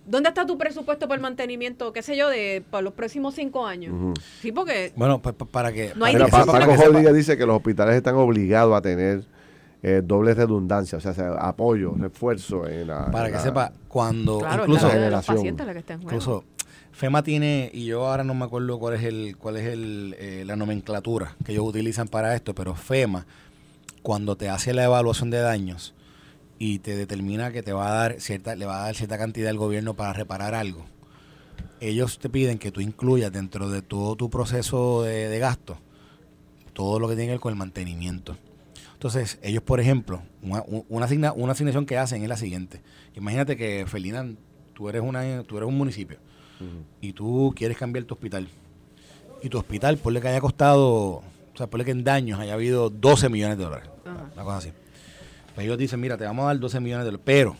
¿Dónde está tu presupuesto para el mantenimiento, qué sé yo, de para los próximos cinco años? Uh-huh. Sí, porque... Bueno, pues para que... No hay Mira, para, Paco Rodríguez dice que los hospitales están obligados a tener eh, doble redundancia, o sea, sea, apoyo, refuerzo en la... Para en que la, sepa, cuando... Claro, incluso, la de los pacientes la que está en juego. Incluso FEMA tiene, y yo ahora no me acuerdo cuál es el cuál es el, eh, la nomenclatura que ellos utilizan para esto, pero FEMA, cuando te hace la evaluación de daños y te determina que te va a dar cierta, le va a dar cierta cantidad al gobierno para reparar algo, ellos te piden que tú incluyas dentro de todo tu proceso de, de gasto todo lo que tiene que ver con el mantenimiento. Entonces, ellos, por ejemplo, una, una, asigna, una asignación que hacen es la siguiente. Imagínate que, Felina, tú eres, una, tú eres un municipio uh-huh. y tú quieres cambiar tu hospital. Y tu hospital, ponle que haya costado, o sea, ponle que en daños haya habido doce millones de dólares. Uh-huh. Una cosa así. Pues ellos dicen, mira, te vamos a dar doce millones de dólares. Pero,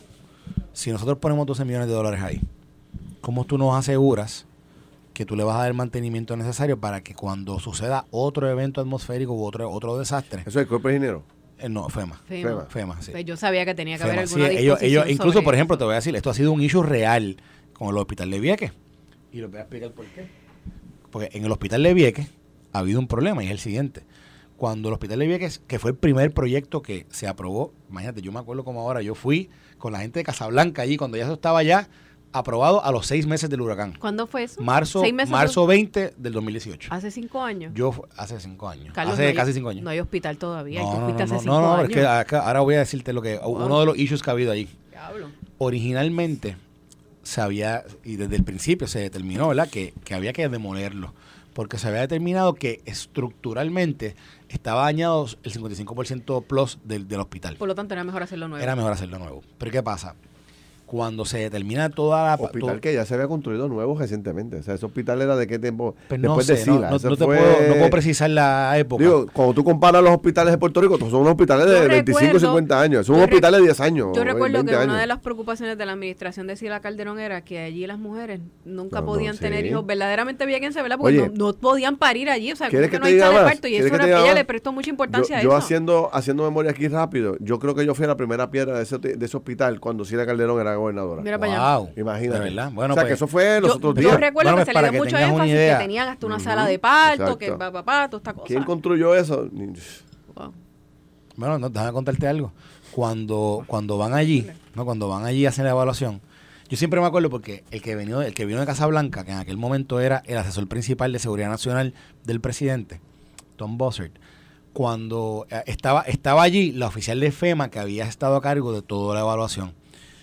si nosotros ponemos doce millones de dólares ahí, ¿cómo tú nos aseguras que tú le vas a dar el mantenimiento necesario para que cuando suceda otro evento atmosférico u otro otro desastre? ¿Eso es el cuerpo de ingeniero? Eh, no, FEMA. FEMA. FEMA, FEMA sí. Pues yo sabía que tenía que FEMA, haber alguna sí, disposición ellos, ellos Incluso, por ejemplo, eso. te voy a decir, esto ha sido un issue real con el hospital de Vieques. Y lo voy a explicar por qué. Porque en el hospital de Vieques ha habido un problema y es el siguiente. Cuando el hospital de Vieques, que fue el primer proyecto que se aprobó, imagínate, yo me acuerdo como ahora, yo fui con la gente de Casablanca allí, cuando ya eso estaba ya aprobado a los seis meses del huracán. ¿Cuándo fue eso? Marzo, marzo veinte del dos mil dieciocho. ¿Hace cinco años? Yo, hace cinco años. Carlos, hace no hay, casi cinco años. No hay hospital todavía. No, Tú no, fuiste no, hace no, cinco no, no, años. es que acá, ahora voy a decirte lo que, wow. uno de los issues que ha habido ahí. Diablo. Originalmente se había, y desde el principio se determinó, ¿verdad?, que, que había que demolerlo. Porque se había determinado que estructuralmente estaba dañado el cincuenta y cinco por ciento plus del, del hospital. Por lo tanto, era mejor hacerlo nuevo. Era mejor hacerlo nuevo. Pero ¿qué pasa? Cuando se determina toda la... Hospital todo, que ya se había construido nuevo recientemente. O sea, ese hospital era de qué tiempo. Pues después no de sé, Sila. no, no, no te fue, puedo, no puedo precisar la época. Digo, cuando tú comparas los hospitales de Puerto Rico, son unos hospitales de yo veinticinco, recuerdo, cincuenta años. Son hospitales de diez años. Yo recuerdo veinte que años. una de las preocupaciones de la administración de Sila Calderón era que allí las mujeres nunca no, podían no, sí. tener hijos verdaderamente vieguense, ¿verdad? Porque Oye, no, no podían parir allí. O sea, ¿quieres que que no te hay diga sala de más? parto. Y ¿Quieres eso que te era, diga ella más? le prestó mucha importancia yo, a yo eso. haciendo, haciendo memoria aquí rápido, yo creo que yo fui a la primera piedra de ese, de ese hospital cuando Sila Calderón era gobernadora. Mira para allá. Imagínate. De verdad. Bueno, o sea, pues, que eso fue los yo, otros yo días. recuerdo Bueno, que pues, se para le dio que mucho tengas una énfasis, idea. que tenían hasta una Ujú, sala de parto, exacto. que papá, pa, toda esta cosa. ¿Quién construyó eso? Wow. Bueno, no, déjame contarte algo. Cuando, cuando van allí, ¿no? Cuando van allí a hacer la evaluación, yo siempre me acuerdo porque el que vino, el que vino de Casablanca, que en aquel momento era el asesor principal de seguridad nacional del presidente, Tom Bossert, cuando eh, estaba, estaba allí la oficial de FEMA que había estado a cargo de toda la evaluación.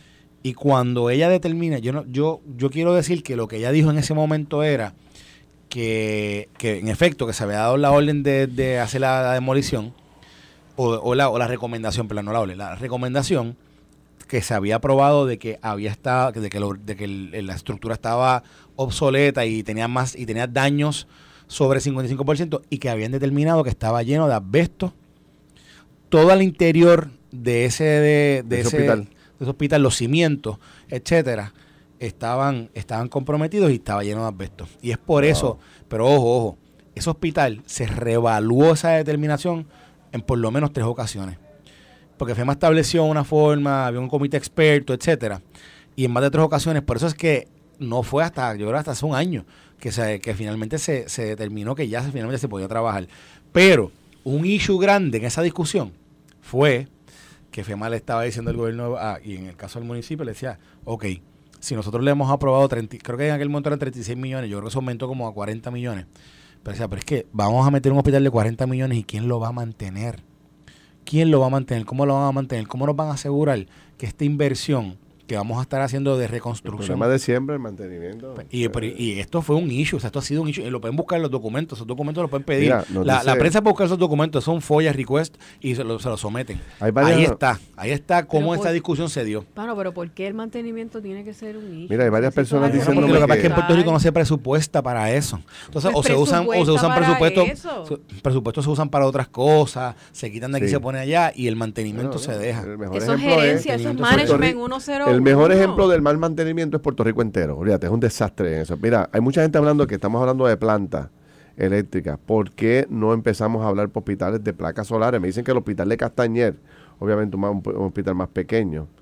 Y cuando ella determina, yo no, yo, yo quiero decir que lo que ella dijo en ese momento era que, que en efecto, que se había dado la orden de, de hacer la, la demolición, o, o, la, o la recomendación, pero no la orden, la recomendación que se había aprobado de que había estado, de que, lo, de que el, la estructura estaba obsoleta y tenía más, y tenía daños sobre el cincuenta y cinco por ciento, y que habían determinado que estaba lleno de asbesto, todo el interior de ese, de, de de ese ese hospital. de ese hospital, los cimientos, etcétera, estaban, estaban comprometidos y estaba lleno de asbesto. Y es por Wow. eso, pero ojo, ojo, ese hospital se reevaluó esa determinación en por lo menos tres ocasiones. Porque FEMA estableció una forma, había un comité experto, etcétera, y en más de tres ocasiones, por eso es que no fue hasta, yo creo hasta hace un año, que se, que finalmente se, se determinó que ya se, finalmente se podía trabajar. Pero un issue grande en esa discusión fue que FEMA le estaba diciendo al gobierno, ah, y en el caso del municipio le decía, ok, si nosotros le hemos aprobado treinta, creo que en aquel momento eran treinta y seis millones, yo creo que eso aumentó como a cuarenta millones, pero decía, pero es que vamos a meter un hospital de cuarenta millones y ¿quién lo va a mantener? ¿Quién lo va a mantener? ¿Cómo lo van a mantener? ¿Cómo nos van a asegurar que esta inversión que vamos a estar haciendo de El reconstrucción? problema de siempre, el mantenimiento. Y, pero, y esto fue un issue, o sea, esto ha sido un issue, y lo pueden buscar en los documentos, esos documentos los pueden pedir. Mira, nos la, dice- la prensa puede buscar esos documentos, son follas, request, y se los se lo someten. Hay varias- Ahí está, ahí está cómo Pero esta por- discusión se dio. Bueno, pero ¿por qué el mantenimiento tiene que ser un issue? Mira, hay varias Si eso personas es algo diciendo Porque lo que pasa es que en que- Puerto Rico no se presupuesta para eso. Entonces, Pues o se usan, o se presupuesta usan para presupuestos, eso. su- presupuestos se usan para otras cosas, se quitan de aquí y Sí. se ponen allá, y el mantenimiento No, se no, deja. el mejor Eso es ejemplo gerencia, eso es Puerto management Rico- uno cero El mejor uno. ejemplo del mal mantenimiento es Puerto Rico entero. Olvídate, es un desastre en eso. Mira, hay mucha gente hablando que estamos hablando de plantas eléctricas. ¿Por qué no empezamos a hablar por hospitales de placas solares? Me dicen que el hospital de Castañer, obviamente un, ma- un hospital más pequeño,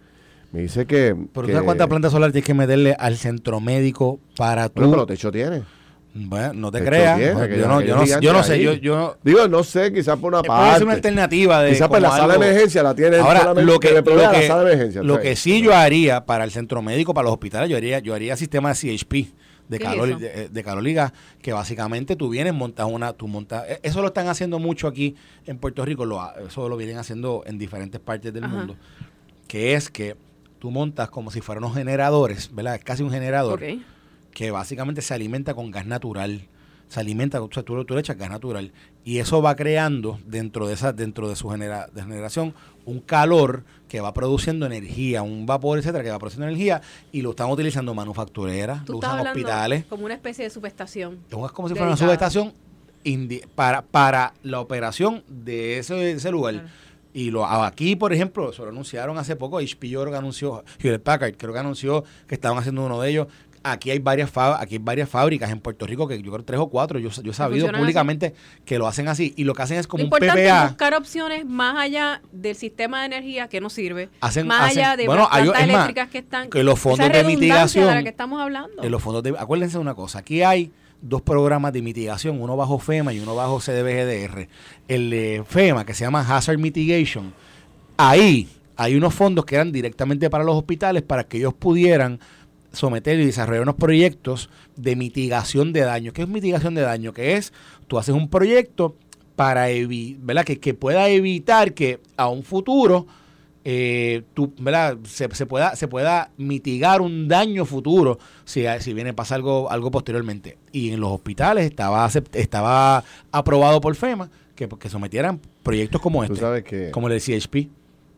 Me dice que... Pero que, ¿tú sabes cuántas plantas solares tienes que meterle al centro médico para tú? Bueno, pero techo tiene. Bueno, no te Techo creas. tiene, No, que yo, no, yo, no, yo no sé. Yo, yo, Digo, no sé, quizás por una puede parte. ser una alternativa de... Quizás por la como sala algo- de emergencia la tiene Ahora, solamente lo que, le provee lo a la que, sala de emergencia. lo o sea, que sí yo haría para el centro médico, para los hospitales, yo haría, yo haría sistema de C H P, de ¿Qué es calor, eso? de, de calor y gas, que básicamente tú vienes, montas una, tú montas, e- eso lo están haciendo mucho aquí en Puerto Rico, lo, ha- eso lo vienen haciendo en diferentes partes del Ajá. mundo, que es que tú montas como si fueran unos generadores, ¿verdad? Es casi un generador, Ok. que básicamente se alimenta con gas natural. Se alimenta, o sea, tú, tú le echas gas natural y eso va creando dentro de esa dentro de su genera, de generación un calor que va produciendo energía, un vapor, etcétera, que va produciendo energía y lo están utilizando manufactureras, Tú lo estás usan hablando hospitales. como una especie de subestación. Es como si fuera una dedicada. subestación indi- para, para la operación de ese, ese lugar. Claro. Y lo aquí, por ejemplo, se lo anunciaron hace poco, H P yo creo que anunció, Hewlett Packard creo que anunció que estaban haciendo uno de ellos. Aquí hay varias fá- aquí hay varias fábricas en Puerto Rico, que yo creo tres o cuatro, yo, yo he sabido funcionan públicamente que lo hacen así. Y lo que hacen es como Lo un importante P P A. es buscar opciones más allá del sistema de energía que no sirve, Hacen- más hacen- allá de bueno, las hay- plantas es más, eléctricas que están... que los fondos esa de redundancia mitigación- de la que estamos hablando. En los fondos de, acuérdense de una cosa, aquí hay dos programas de mitigación, uno bajo FEMA y uno bajo C D B G D R. El de FEMA, que se llama Hazard Mitigation, ahí hay unos fondos que eran directamente para los hospitales para que ellos pudieran someter y desarrollar unos proyectos de mitigación de daño. ¿Qué es mitigación de daño? Que es, tú haces un proyecto para evi- ¿verdad? Que, que pueda evitar que a un futuro eh, tú, ¿verdad? Se, se pueda se pueda mitigar un daño futuro si, si viene a pasar algo, algo posteriormente. Y en los hospitales estaba acept- estaba aprobado por FEMA que, que sometieran proyectos como Tú este, sabes que como el de C H P.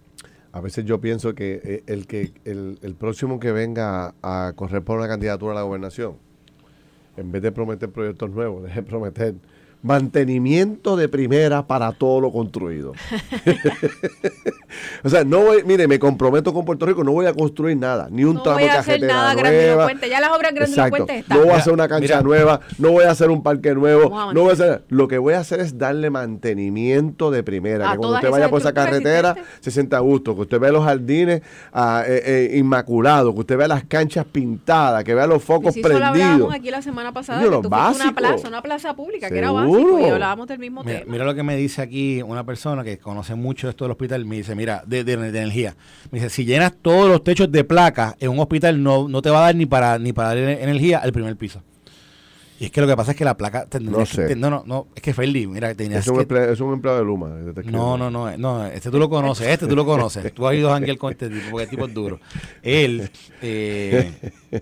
a veces yo pienso que eh, el que el, el próximo que venga a correr por una candidatura a la gobernación, en vez de prometer proyectos nuevos, deje prometer mantenimiento de primera para todo lo construido. O sea, no voy, mire, me comprometo con Puerto Rico, no voy a construir nada, ni un no tramo voy de a hacer carretera nada nueva. grandilocuente. Ya las obras Exacto. grandilocuentes están. No voy a Mira, hacer una cancha mira. nueva, no voy a hacer un parque nuevo, Vamos a no voy a hacer, lo que voy a hacer es darle mantenimiento de primera, A que cuando todas usted vaya esas por esa estructuras carretera existentes. se sienta a gusto, que usted vea los jardines ah, eh, eh, inmaculados, que usted vea las canchas pintadas, que vea los focos Y si eso lo prendidos. hablábamos aquí la semana pasada, Digo, que lo tú fuiste a una básico. plaza, una plaza pública, que era Seguro. básico, y hablábamos del mismo Mira, tema. mira lo que me dice aquí una persona que conoce mucho esto del hospital. Me dice, mira, de, de- de energía. Me dice, si llenas todos los techos de placas en un hospital, no, no te va a dar ni para ni para dar energía al primer piso. Y es que lo que pasa es que la placa... tendrías No que- sé. te- no, no, no, es que Ferdi, mira, tenías Es un, que... empleo, es un empleado de Luma. de detective. No, no, no, no, este tú lo conoces, este tú lo conoces. Tú has ido a janguear con este tipo, porque el tipo es duro. Él, eh,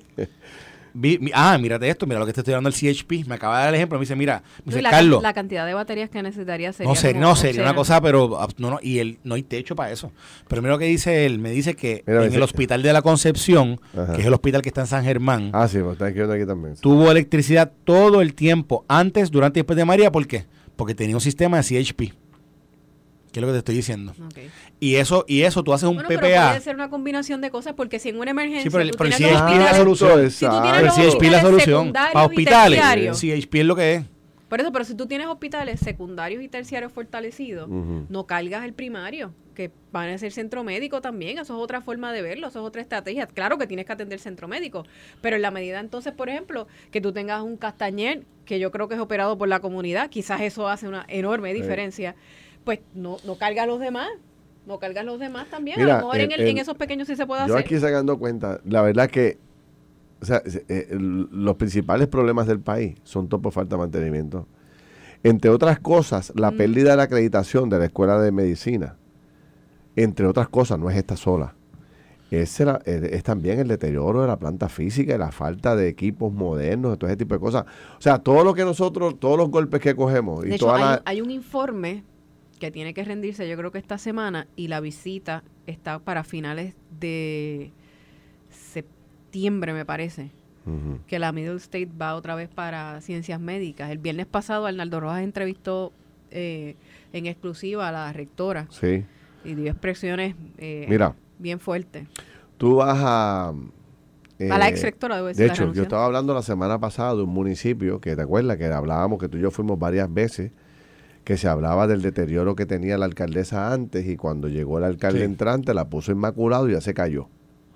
vi- mi- ah, mírate esto, mira lo que te estoy dando el C H P, me acaba de dar el ejemplo, me dice, mira, me dice, la, Carlos, la cantidad de baterías que necesitaría sería no sería, como no sería una obscena. cosa, pero ah, no, no, y él, no hay techo para eso. Pero mira lo que dice él, me dice que Mira, en dice- el Hospital de la Concepción, Ajá. que es el hospital que está en San Germán, Ah, sí, pues está escribiendo aquí también. sí. tuvo electricidad todo el tiempo, antes, durante y después de María, ¿por qué? Porque tenía un sistema de C H P. ¿Qué es lo que te estoy diciendo? Ok. Y eso, y eso tú haces un Bueno, P pero P A. puede ser una combinación de cosas, porque si en una emergencia Sí, pero el- tú pero el tienes C los H P es la hospitales- solución. si tú tienes Pero el los C H P es la hospitales solución. secundarios Para y hospitales, terciarios. C H P es lo que es. Por eso, pero si tú tienes hospitales secundarios y terciarios fortalecidos, Ujú. no cargas el primario, que van a ser centro médico también. Eso es otra forma de verlo, eso es otra estrategia. Claro que tienes que atender centro médico, pero en la medida entonces, por ejemplo, que tú tengas un Castañer, que yo creo que es operado por la comunidad, quizás eso hace una enorme diferencia, pues no, no cargas los demás. No cargas los demás también. Mira, a lo mejor en, el- el- en el- esos pequeños sí se puede Yo hacer. aquí sacando cuenta, la verdad que o sea, eh, el- los principales problemas del país son todo por falta de mantenimiento. Entre otras cosas, la Mm. pérdida de la acreditación de la Escuela de Medicina, entre otras cosas, no es esta sola. Es, la- eh, es también el deterioro de la planta física y la falta de equipos modernos, de todo ese tipo de cosas. O sea, todo lo que nosotros, todos los golpes que cogemos y De hecho, toda hay, la... un- hay un informe que tiene que rendirse, yo creo que esta semana, y la visita está para finales de septiembre, me parece, Ujú. que la Middle State va otra vez para ciencias médicas. El viernes pasado, Arnaldo Rojas entrevistó eh, en exclusiva a la rectora Sí. y dio expresiones eh, Mira, bien fuertes. tú vas a... a la eh, ex rectora, debo decir. De la hecho, renunció. yo estaba hablando la semana pasada de un municipio que te acuerdas que hablábamos, que tú y yo fuimos varias veces, que se hablaba del deterioro que tenía la alcaldesa antes y cuando llegó el alcalde Sí. entrante la puso inmaculado y ya se cayó.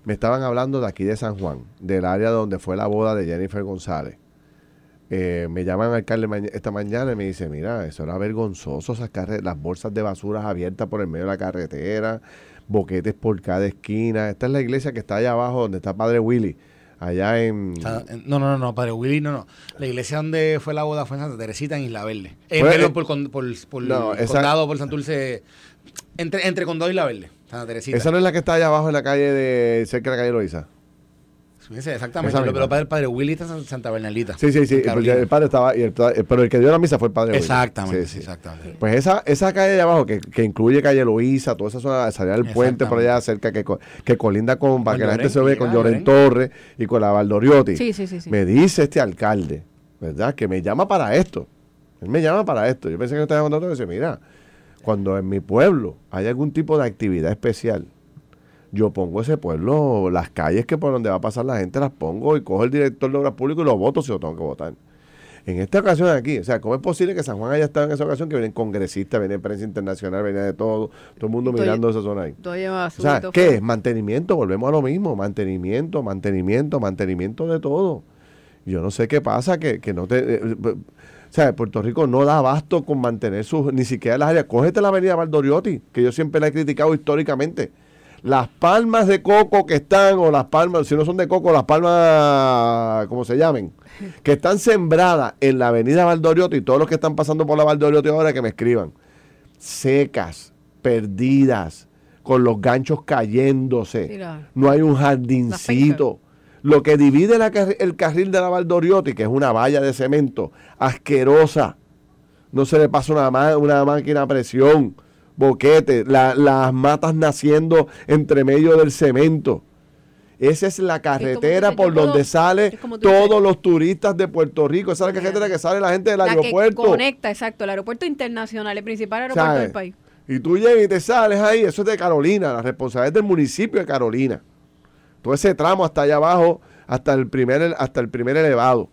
me estaban hablando de aquí de San Juan, del área donde fue la boda de Jennifer González. Eh, me llaman al alcalde ma- esta mañana y me dice, mira, eso era vergonzoso, esas carre- las bolsas de basuras abiertas por el medio de la carretera, boquetes por cada esquina. Esta es la iglesia que está allá abajo donde está Padre Willy, allá en... O sea, no, no, no, no, Padre Willy, no, no. La iglesia donde fue la boda fue en Santa Teresita, en Isla Verde. En Fue, perdón, eh, por, con- por, por no, esa- Condado, por Santurce, entre, entre Condado y Isla Verde, Santa Teresita. Esa no es la que está allá abajo en la calle de... cerca de la calle Loíza. Sí, exactamente, esa lo- misma. pero Padre, Padre Willy está en Santa Bernaldita. Sí, sí, sí, en porque Carolina. el padre estaba, y el, pero el que dio la misa fue el Padre Willy. Exactamente, Sí, sí. exactamente. Pues esa, esa calle de abajo, que, que incluye calle Loíza, toda esa zona, salida del puente por allá cerca, que, co- que colinda con, para Con que la gente Llorén, se ve llega con a Lloren Llorén. Torres y con la Valdoriotti. Sí, sí, sí, sí. Me dice este alcalde, ¿verdad? Que me llama para esto. Él me llama para esto. Yo pensé que me estaba contando y dice, mira, cuando en mi pueblo hay algún tipo de actividad especial, yo pongo ese pueblo, las calles que por donde va a pasar la gente las pongo y cojo el director de obras públicas y lo voto si lo tengo que votar. En esta ocasión aquí, o sea, ¿cómo es posible que San Juan haya estado en esa ocasión? Que vienen congresistas, viene prensa internacional, venía de todo, todo el mundo Todo- mirando esa zona ahí. Todo lleva O sea, asunto ¿qué fuera. es? Mantenimiento, volvemos a lo mismo, mantenimiento, mantenimiento, mantenimiento de todo. Yo no sé qué pasa, que, que no te... eh, eh, o sea, Puerto Rico no da abasto con mantener sus, ni siquiera las áreas. Cógete la avenida Valdoriotti, que yo siempre la he criticado históricamente. Las palmas de coco que están, o las palmas, si no son de coco, las palmas, como se llamen, que están sembradas en la avenida Valdoriotti, y todos los que están pasando por la Valdoriotti ahora que me escriban, secas, perdidas, con los ganchos cayéndose, Sí, la- no hay un jardincito. Lo que divide la carri- el carril de la Valdoriotti, que es una valla de cemento asquerosa, no se le pasa una, ma- una máquina a presión, boquete, la- las matas naciendo entre medio del cemento. Esa es la carretera dices, por yo puedo- donde sale es como tú todos dices. los turistas de Puerto Rico. Esa es la carretera que sale la gente del La aeropuerto. que conecta, exacto, el aeropuerto internacional, el principal aeropuerto ¿Sabes? del país. Y tú llegas y te sales ahí, eso es de Carolina, la responsabilidad es del municipio de Carolina. Todo ese tramo hasta allá abajo, hasta el primer, hasta el primer elevado.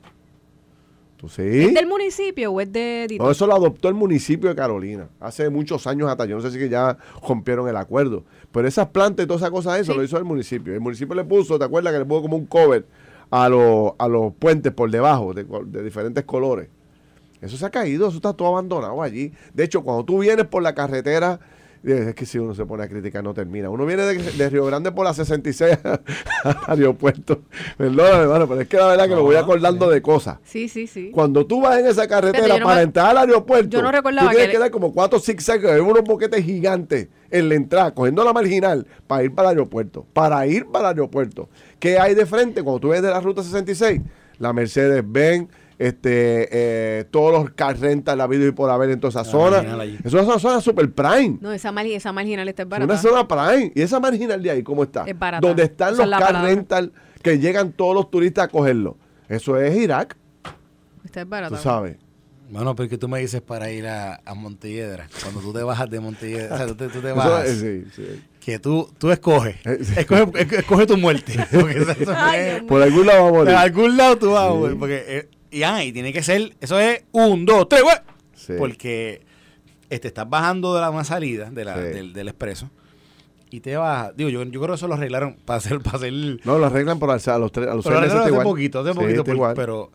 ¿Tú sí? ¿Es del municipio o es de Dito? No, eso lo adoptó el municipio de Carolina, hace muchos años atrás. Yo no sé si que ya rompieron el acuerdo. Pero esas plantas y todas esas cosas, eso Sí. lo hizo el municipio. El municipio le puso, ¿te acuerdas que le puso como un cover a, los a los puentes por debajo, de, co- de diferentes colores? Eso se ha caído, eso está todo abandonado allí. De hecho, cuando tú vienes por la carretera, es que si uno se pone a criticar no termina. Uno viene de, de Río Grande por la sesenta y seis al aeropuerto. Perdóname, hermano, pero es que la verdad que me voy acordando de cosas. Sí, sí, sí. Cuando tú vas en esa carretera Fíjate, yo no para me- entrar al aeropuerto, yo no recordaba tú tienes que- que dar como cuatro zigzags, hay unos boquetes gigantes en la entrada, cogiendo la marginal para ir para el aeropuerto. Para ir para el aeropuerto. ¿Qué hay de frente cuando tú ves de la ruta sesenta y seis? La Mercedes-Benz, este, eh, todos los car rental la vida y por haber en toda esa La zona. marginal allí. Es una zona super prime. No, esa, margi- esa marginal está Es barata. una zona prime. ¿Y esa marginal de ahí cómo está? Es barata. Donde están Esa los es la car palabra. rental que llegan todos los turistas a cogerlo. Eso es Irak, Está es barata. tú sabes. Bueno, pero que tú me dices para ir a, a Montelledra, cuando tú te bajas de Montelledra, o sea, tú te, tú te Eso bajas, es- sí, sí. que tú, tú escoges, Eh, sí. escoge, es- escoge tu muerte, porque eso, eso Ay, es- Dios mío. Por algún lado vamos a de morir. algún lado tú vas, Sí. güey, porque, eh, y, ah, y tiene que ser, eso es un, dos, tres, güey, Sí. porque este, estás bajando de la, una salida de la, Sí. del, del expreso, y te bajas, digo, yo, yo creo que eso lo arreglaron para hacer, para hacer, No, lo arreglan por alzar a los tres, a los pero seis meses arreglaron está hace igual. poquito, hace Sí, poquito, está por- igual. pero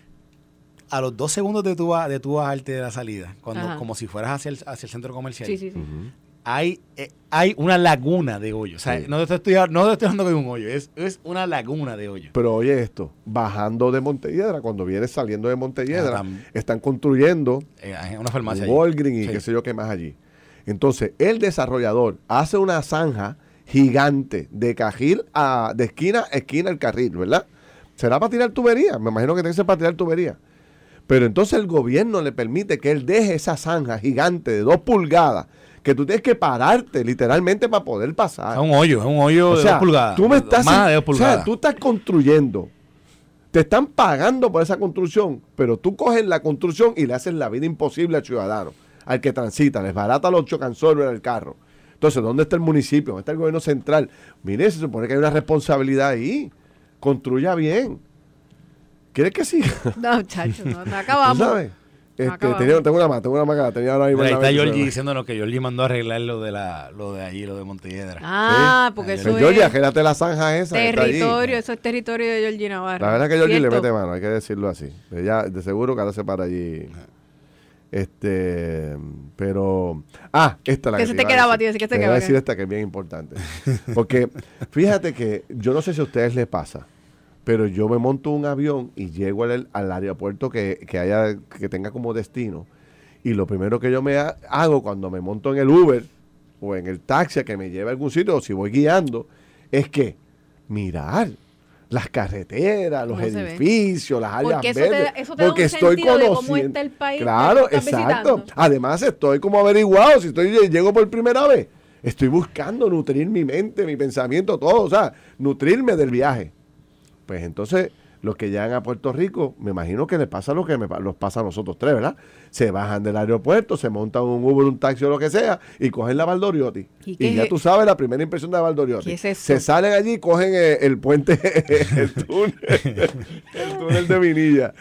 a los dos segundos de tú, ba- de tú bajarte de la salida, cuando, Ajá. como si fueras hacia el, hacia el centro comercial, Sí, sí, sí. Ujú. hay, eh, hay una laguna de hoyo. O sea, Sí. no te estoy, no te estoy hablando que es un hoyo, es, es una laguna de hoyo. Pero oye esto, bajando de Montelledra, cuando vienes saliendo de Montelledra, Ah, tam- están construyendo Eh, hay una farmacia un allí. Walgreens y Sí. qué sé yo qué más allí. Entonces, el desarrollador hace una zanja gigante de carril a, de esquina a esquina el carril, ¿verdad? Será para tirar tubería, me imagino que tiene que ser para tirar tubería. Pero entonces el gobierno le permite que él deje esa zanja gigante de dos pulgadas, que tú tienes que pararte literalmente para poder pasar. Es un hoyo, es un hoyo O de sea, dos pulgadas. tú me estás, Más de dos o pulgadas. sea, tú estás construyendo, te están pagando por esa construcción, pero tú coges la construcción y le haces la vida imposible al ciudadano, al que transita, les barata los chocanzoros en el carro. Entonces, ¿dónde está el municipio? ¿Dónde está el gobierno central? Mire, se supone que hay una responsabilidad ahí. Construya bien. ¿Quieres que siga? No, chacho, no, no ¿Tú acabamos. sabes? Este, tenía, tengo una más, tengo una más que la tenía ahora mismo. Ahí está Georgie diciéndonos que Georgie mandó a arreglar lo de la, lo de allí, lo de Montelledra. Ah, ¿sí? porque Ay, eso es... Georgie, agérate la zanja esa. Territorio, eso es territorio de Georgie Navarro. La verdad es que Georgie ¿cierto? le mete mano, hay que decirlo así. Ella, de seguro que ahora se para allí. Este, pero... Ah, esta es la que, que se te quedaba, tío, así que se te quedaba. voy a decir esta que es bien importante. Porque fíjate que yo no sé si a ustedes les pasa, pero yo me monto un avión y llego al, al aeropuerto que, que haya que tenga como destino. Y lo primero que yo me ha, hago cuando me monto en el Uber o en el taxi que me lleve a algún sitio o si voy guiando, es que mirar las carreteras, los edificios, las áreas porque verdes. Eso te, eso te porque da un estoy sentido de conociendo. cómo está el país. Claro, exacto. Además estoy como averiguado, si estoy llego por primera vez, estoy buscando nutrir mi mente, mi pensamiento, todo, o sea, nutrirme del viaje. Pues entonces, los que llegan a Puerto Rico, me imagino que les pasa lo que me, los pasa a nosotros tres, ¿verdad? Se bajan del aeropuerto, se montan un Uber, un taxi o lo que sea, y cogen la Valdoriotti. Y, y ya tú sabes la primera impresión de la Valdoriotti. ¿Qué es eso? Se salen allí y cogen el, el puente, el túnel, el túnel de Minilla.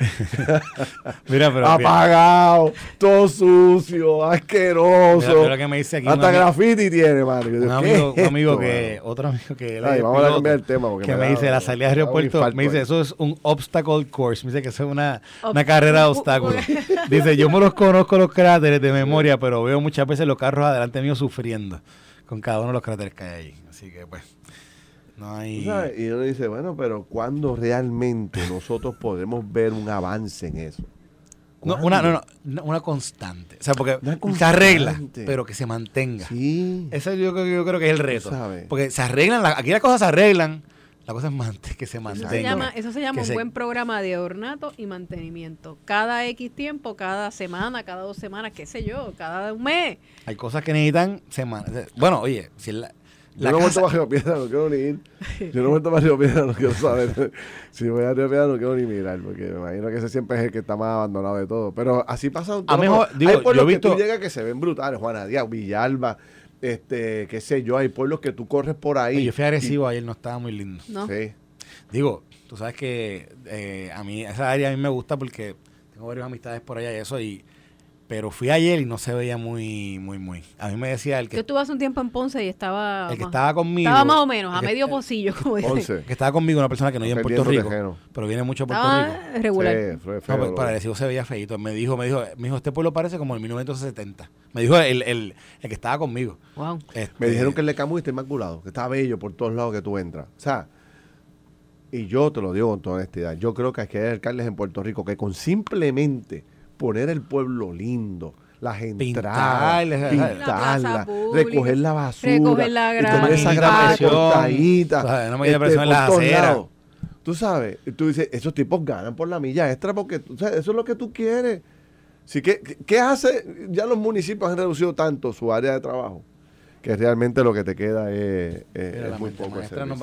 Mira, pero apagado, todo sucio, asqueroso. Mira, mira que me dice aquí hasta graffiti tiene, Mario. Un amigo, un amigo que, otro amigo que... Ay, vamos a cambiar el tema. Que me, me dice, la salida del aeropuerto, me dice, eso es un obstacle course. Me dice que eso es una, una carrera de obstáculos. Dice, yo me los conozco los cráteres de memoria, pero veo muchas veces los carros adelante mío sufriendo con cada uno de los cráteres que hay ahí. Así que, pues, no hay... ¿Sabes? Y uno dice, bueno, pero ¿cuándo realmente nosotros podemos ver un avance en eso? No, una, no, no, una constante. O sea, porque constante. Se arregla, pero que se mantenga. Sí. Eso yo, yo creo que es el reto. Porque se arreglan, la, aquí las cosas se arreglan, la cosa es mant- que se mantenga. Eso se llama, eso se llama un se... buen programa de ornato y mantenimiento. Cada X tiempo, cada semana, cada dos semanas, qué sé yo, cada un mes. Hay cosas que necesitan semanas. Bueno, oye, si la... La yo no he vuelto a Río Piedra, no quiero ni ir. Yo no he vuelto a Río Piedra, no quiero saber. Si voy a Río Piedra, no quiero ni mirar, porque me imagino que ese siempre es el que está más abandonado de todo. Pero así pasa un todo. Mejor, digo, hay pueblos yo he visto... que tú llegas que se ven brutales, Juana Díaz, Villalba, este, qué sé yo, hay pueblos que tú corres por ahí. Oye, yo fui agresivo y... ayer, no estaba muy lindo. ¿No? Sí. Digo, tú sabes que eh, a mí, esa área a mí me gusta porque tengo varias amistades por allá y eso, y pero fui ayer y no se veía muy, muy, muy. A mí me decía el que... Yo estuve hace un tiempo en Ponce y estaba... El que más, estaba conmigo... Estaba más o menos, a que, medio pocillo, como dicen. Ponce. Que estaba conmigo una persona que no vive en Puerto Rico, tejeno. Pero viene mucho a Puerto estaba Rico. regular. Sí, fue feo, no, pues, para decirlo se veía feito. Me dijo, me dijo, me dijo, este pueblo parece como el mil novecientos setenta. Me dijo el, el, el que estaba conmigo. Wow. Este, me dijeron que el de Camuy está inmaculado, que está bello por todos lados que tú entras. O sea... Y yo te lo digo con toda honestidad, yo creo que hay que hay alcaldes en Puerto Rico que con simplemente poner el pueblo lindo, las entradas, pintarla, pintarla, recoger la basura, recoger la y tener esa grama cortadita, o sea, no me este, presión en las aceras. Tú sabes, tú dices, esos tipos ganan por la milla extra porque o sea, eso es lo que tú quieres. Así que, ¿qué hace? Ya los municipios han reducido tanto su área de trabajo que realmente lo que te queda es, es, Mira, es muy poco.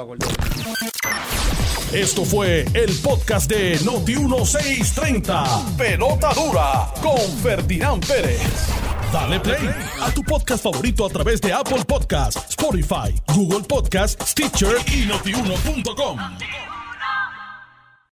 Esto fue el podcast de Noti dieciséis treinta. Pelota dura con Ferdinand Pérez. Dale play a tu podcast favorito a través de Apple Podcasts, Spotify, Google Podcasts, Stitcher y notiuno punto com.